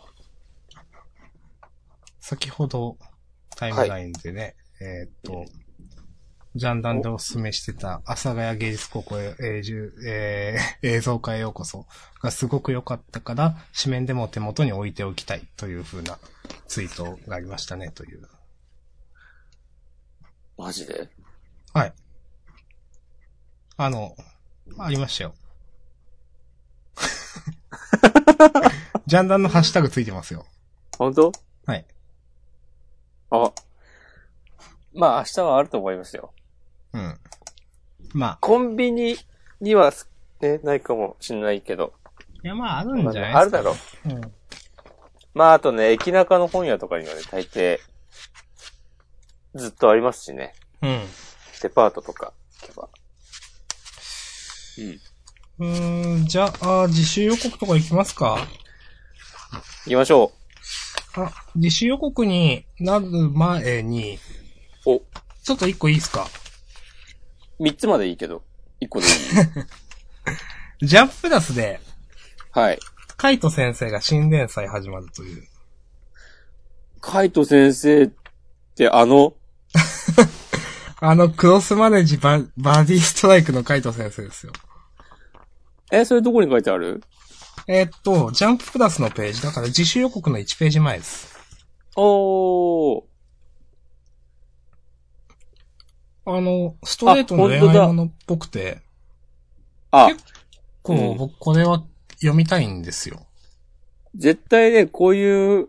先ほどタイムラインでね、はい、えー、っと、ジャンダンでおすすめしてた、阿佐ヶ谷芸術高校永住、えー、映像化へようこそがすごく良かったから、紙面でも手元に置いておきたいという風なツイートがありましたね、という。 マジで？ はい。あの、ありましたよ。ジャンダンのハッシュタグついてますよ。 本当？ はい。 あ。まあ明日はあると思いますよ。 うん。まあ。 コンビニには、ね、ないかもしれないけど。 いや、まああるんじゃないですか、ね。 あるだろう。うん。まああとね、駅中の本屋とかにはね、大抵、ずっとありますしね。 うん。 デパートとか行けば。 うん。うーん、じゃあ、自主予告とか行きますか？ 行きましょう。あ、自主予告になる前に、 お、 ちょっと一個いいですか？ 三つまでいいけど、一個でいいジャンププラスで、 はい。 カイト先生が新連載始まるという。 カイト先生ってあのあの、クロスマネージバ、バディストライクのカイト先生ですよ。 え、それどこに書いてある？ えー、っと、ジャンププラスのページ、だから自主予告のいちページ前です。 おー。 あの、ストレートの恋愛ものっぽくて、 あ、 結構、うん、僕これは読みたいんですよ。 絶対ね、こういう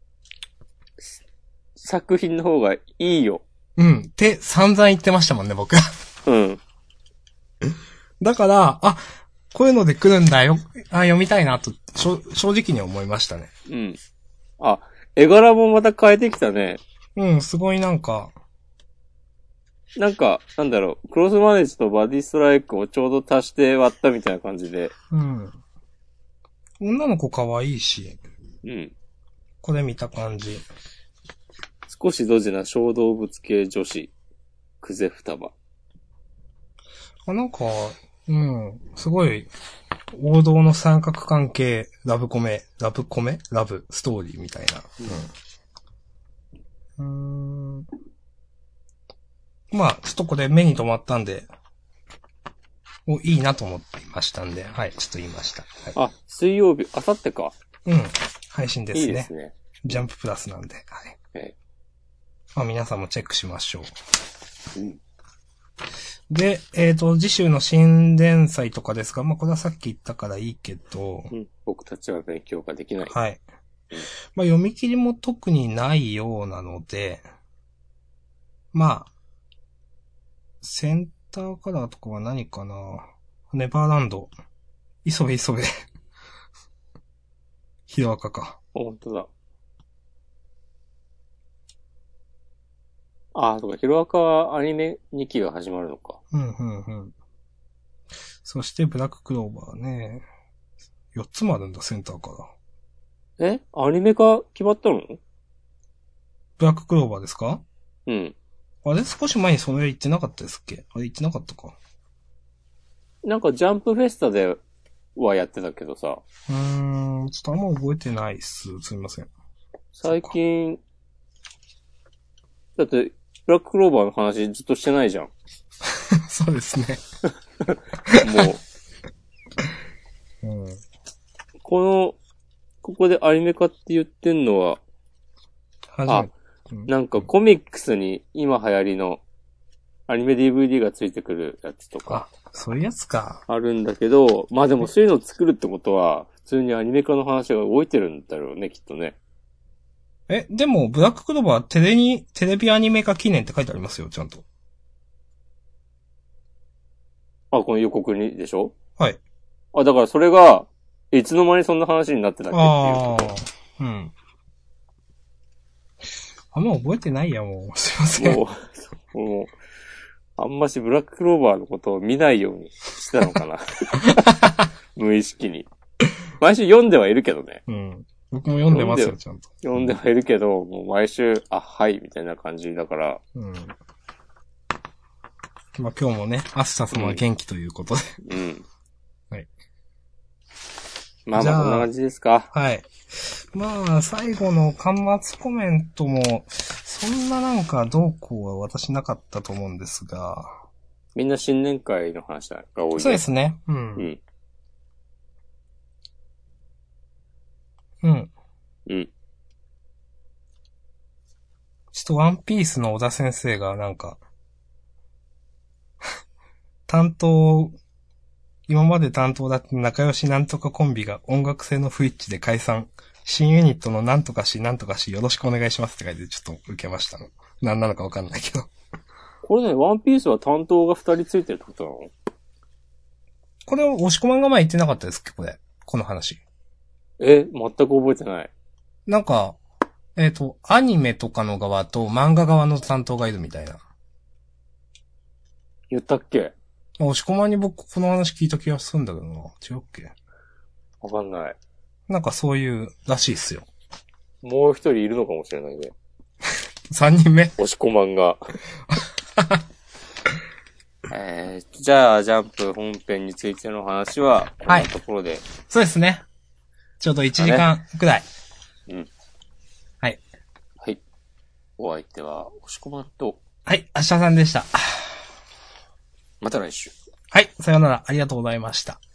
作品の方がいいよ。 うん。って散々言ってましたもんね、僕。 うん。 だから、あ、こういうので来るんだよ。あ、読みたいなと、正直に思いましたね。 うん。あ、絵柄もまた変えてきたね。 うん、すごいなんか、 なんか、なんだろう、クロスマネージとバディストライクをちょうど足して割ったみたいな感じで。 うん。女の子可愛いし。 うん。 これ見た感じ。 少しドジな小動物系女子、クゼ双葉。 あ、なんか、うん、すごい、王道の三角関係、ラブコメ、ラブコメラブストーリーみたいな。うん。うーん。まあ、ちょっとこれ目に留まったんで、お、いいなと思っていましたんで、はい、ちょっと言いました。はい、 あ、水曜日、あさってか。 うん、配信ですね。 いいですね。 ジャンププラスなんで、はい。 ええ、 まあ皆さんもチェックしましょう。 うん、 で、えっと、次週の新連載とかですが、まあこれはさっき言ったからいいけど、 うん、僕たちは勉強ができない。 はい。 まあ読み切りも特にないようなので、まあ、センターカラーとかは何かな。ネバーランド。磯部磯部。ヒロアカか。 ほんとだ。ああ、とか、ヒロアカはアニメにきが始まるのか。 うん、うん、うん。そして、ブラッククローバーね。よっつもあるんだ、センターカラー。えアニメ化決まったの？ ブラッククローバーですか？ うん。 あれ少し前にそれ言ってなかったですっけ？あれ言ってなかったか。 なんかジャンプフェスタではやってたけどさ。 うーん、ちょっとあんま覚えてないっす。すみません。 最近、だって、ブラッククローバーの話ずっとしてないじゃん。 そうですね。 もう。 うん、 この、ここでアニメ化って言ってんのは、あ、うん、なんかコミックスに今流行りのアニメ ディーブイディー がついてくるやつとか。 あ、そういうやつか。 あるんだけど、まあでもそういうのを作るってことは、普通にアニメ化の話が動いてるんだろうね、きっとね。 え、でも、ブラッククローバーはテレに、テレビアニメ化記念って書いてありますよ、ちゃんと。 あ、この予告にでしょ？ はい。 あ、だからそれが、いつの間にそんな話になってたっけっていうこと。 うん。あんま覚えてないや、もう。すいません。 もう、もう、あんましブラッククローバーのことを見ないようにしてたのかな。無意識に。毎週読んではいるけどね。 うん。僕も読んでますよ、ちゃんと。 読んではいるけど、もう毎週、あ、はい、みたいな感じだから。 うん。まあ今日もね、アスタ様は元気ということで。 うん。うん、 はい。 まあまあ、こんな感じですか。 はい。まあ、最後の端末コメントも、そんななんかどうこうは私なかったと思うんですが。 みんな新年会の話が多いね。 そうですね。うん。 うん。 うん。 うん。 ちょっとワンピースの小田先生がなんか、担当、今まで担当だった仲良しなんとかコンビが音楽性の不一致で解散。新ユニットのなんとかしなんとかしよろしくお願いしますって書いてちょっと受けましたの。何なのかわかんないけど。 これね、ワンピースは担当が二人ついてるってことなの？ これを押し込まんが前言ってなかったですっけこれ。この話。 え、全く覚えてない。 なんか、えっと、アニメとかの側と漫画側の担当がいるみたいな。 言ったっけ？ 押し込まんに僕この話聞いた気がするんだけどな。違うっけ？ わかんない。 なんかそういうらしいっすよ。 もう一人いるのかもしれないね。 三人目？ 押し込まんが。えー、じゃあ、ジャンプ本編についての話は、こんなところで、はい。 そうですね。ちょうどいちじかんくらい。 うん。 はい。 はい。お相手は、押し込まんと。 はい、明日さんでした。 また来週。 はい、さようなら。ありがとうございました。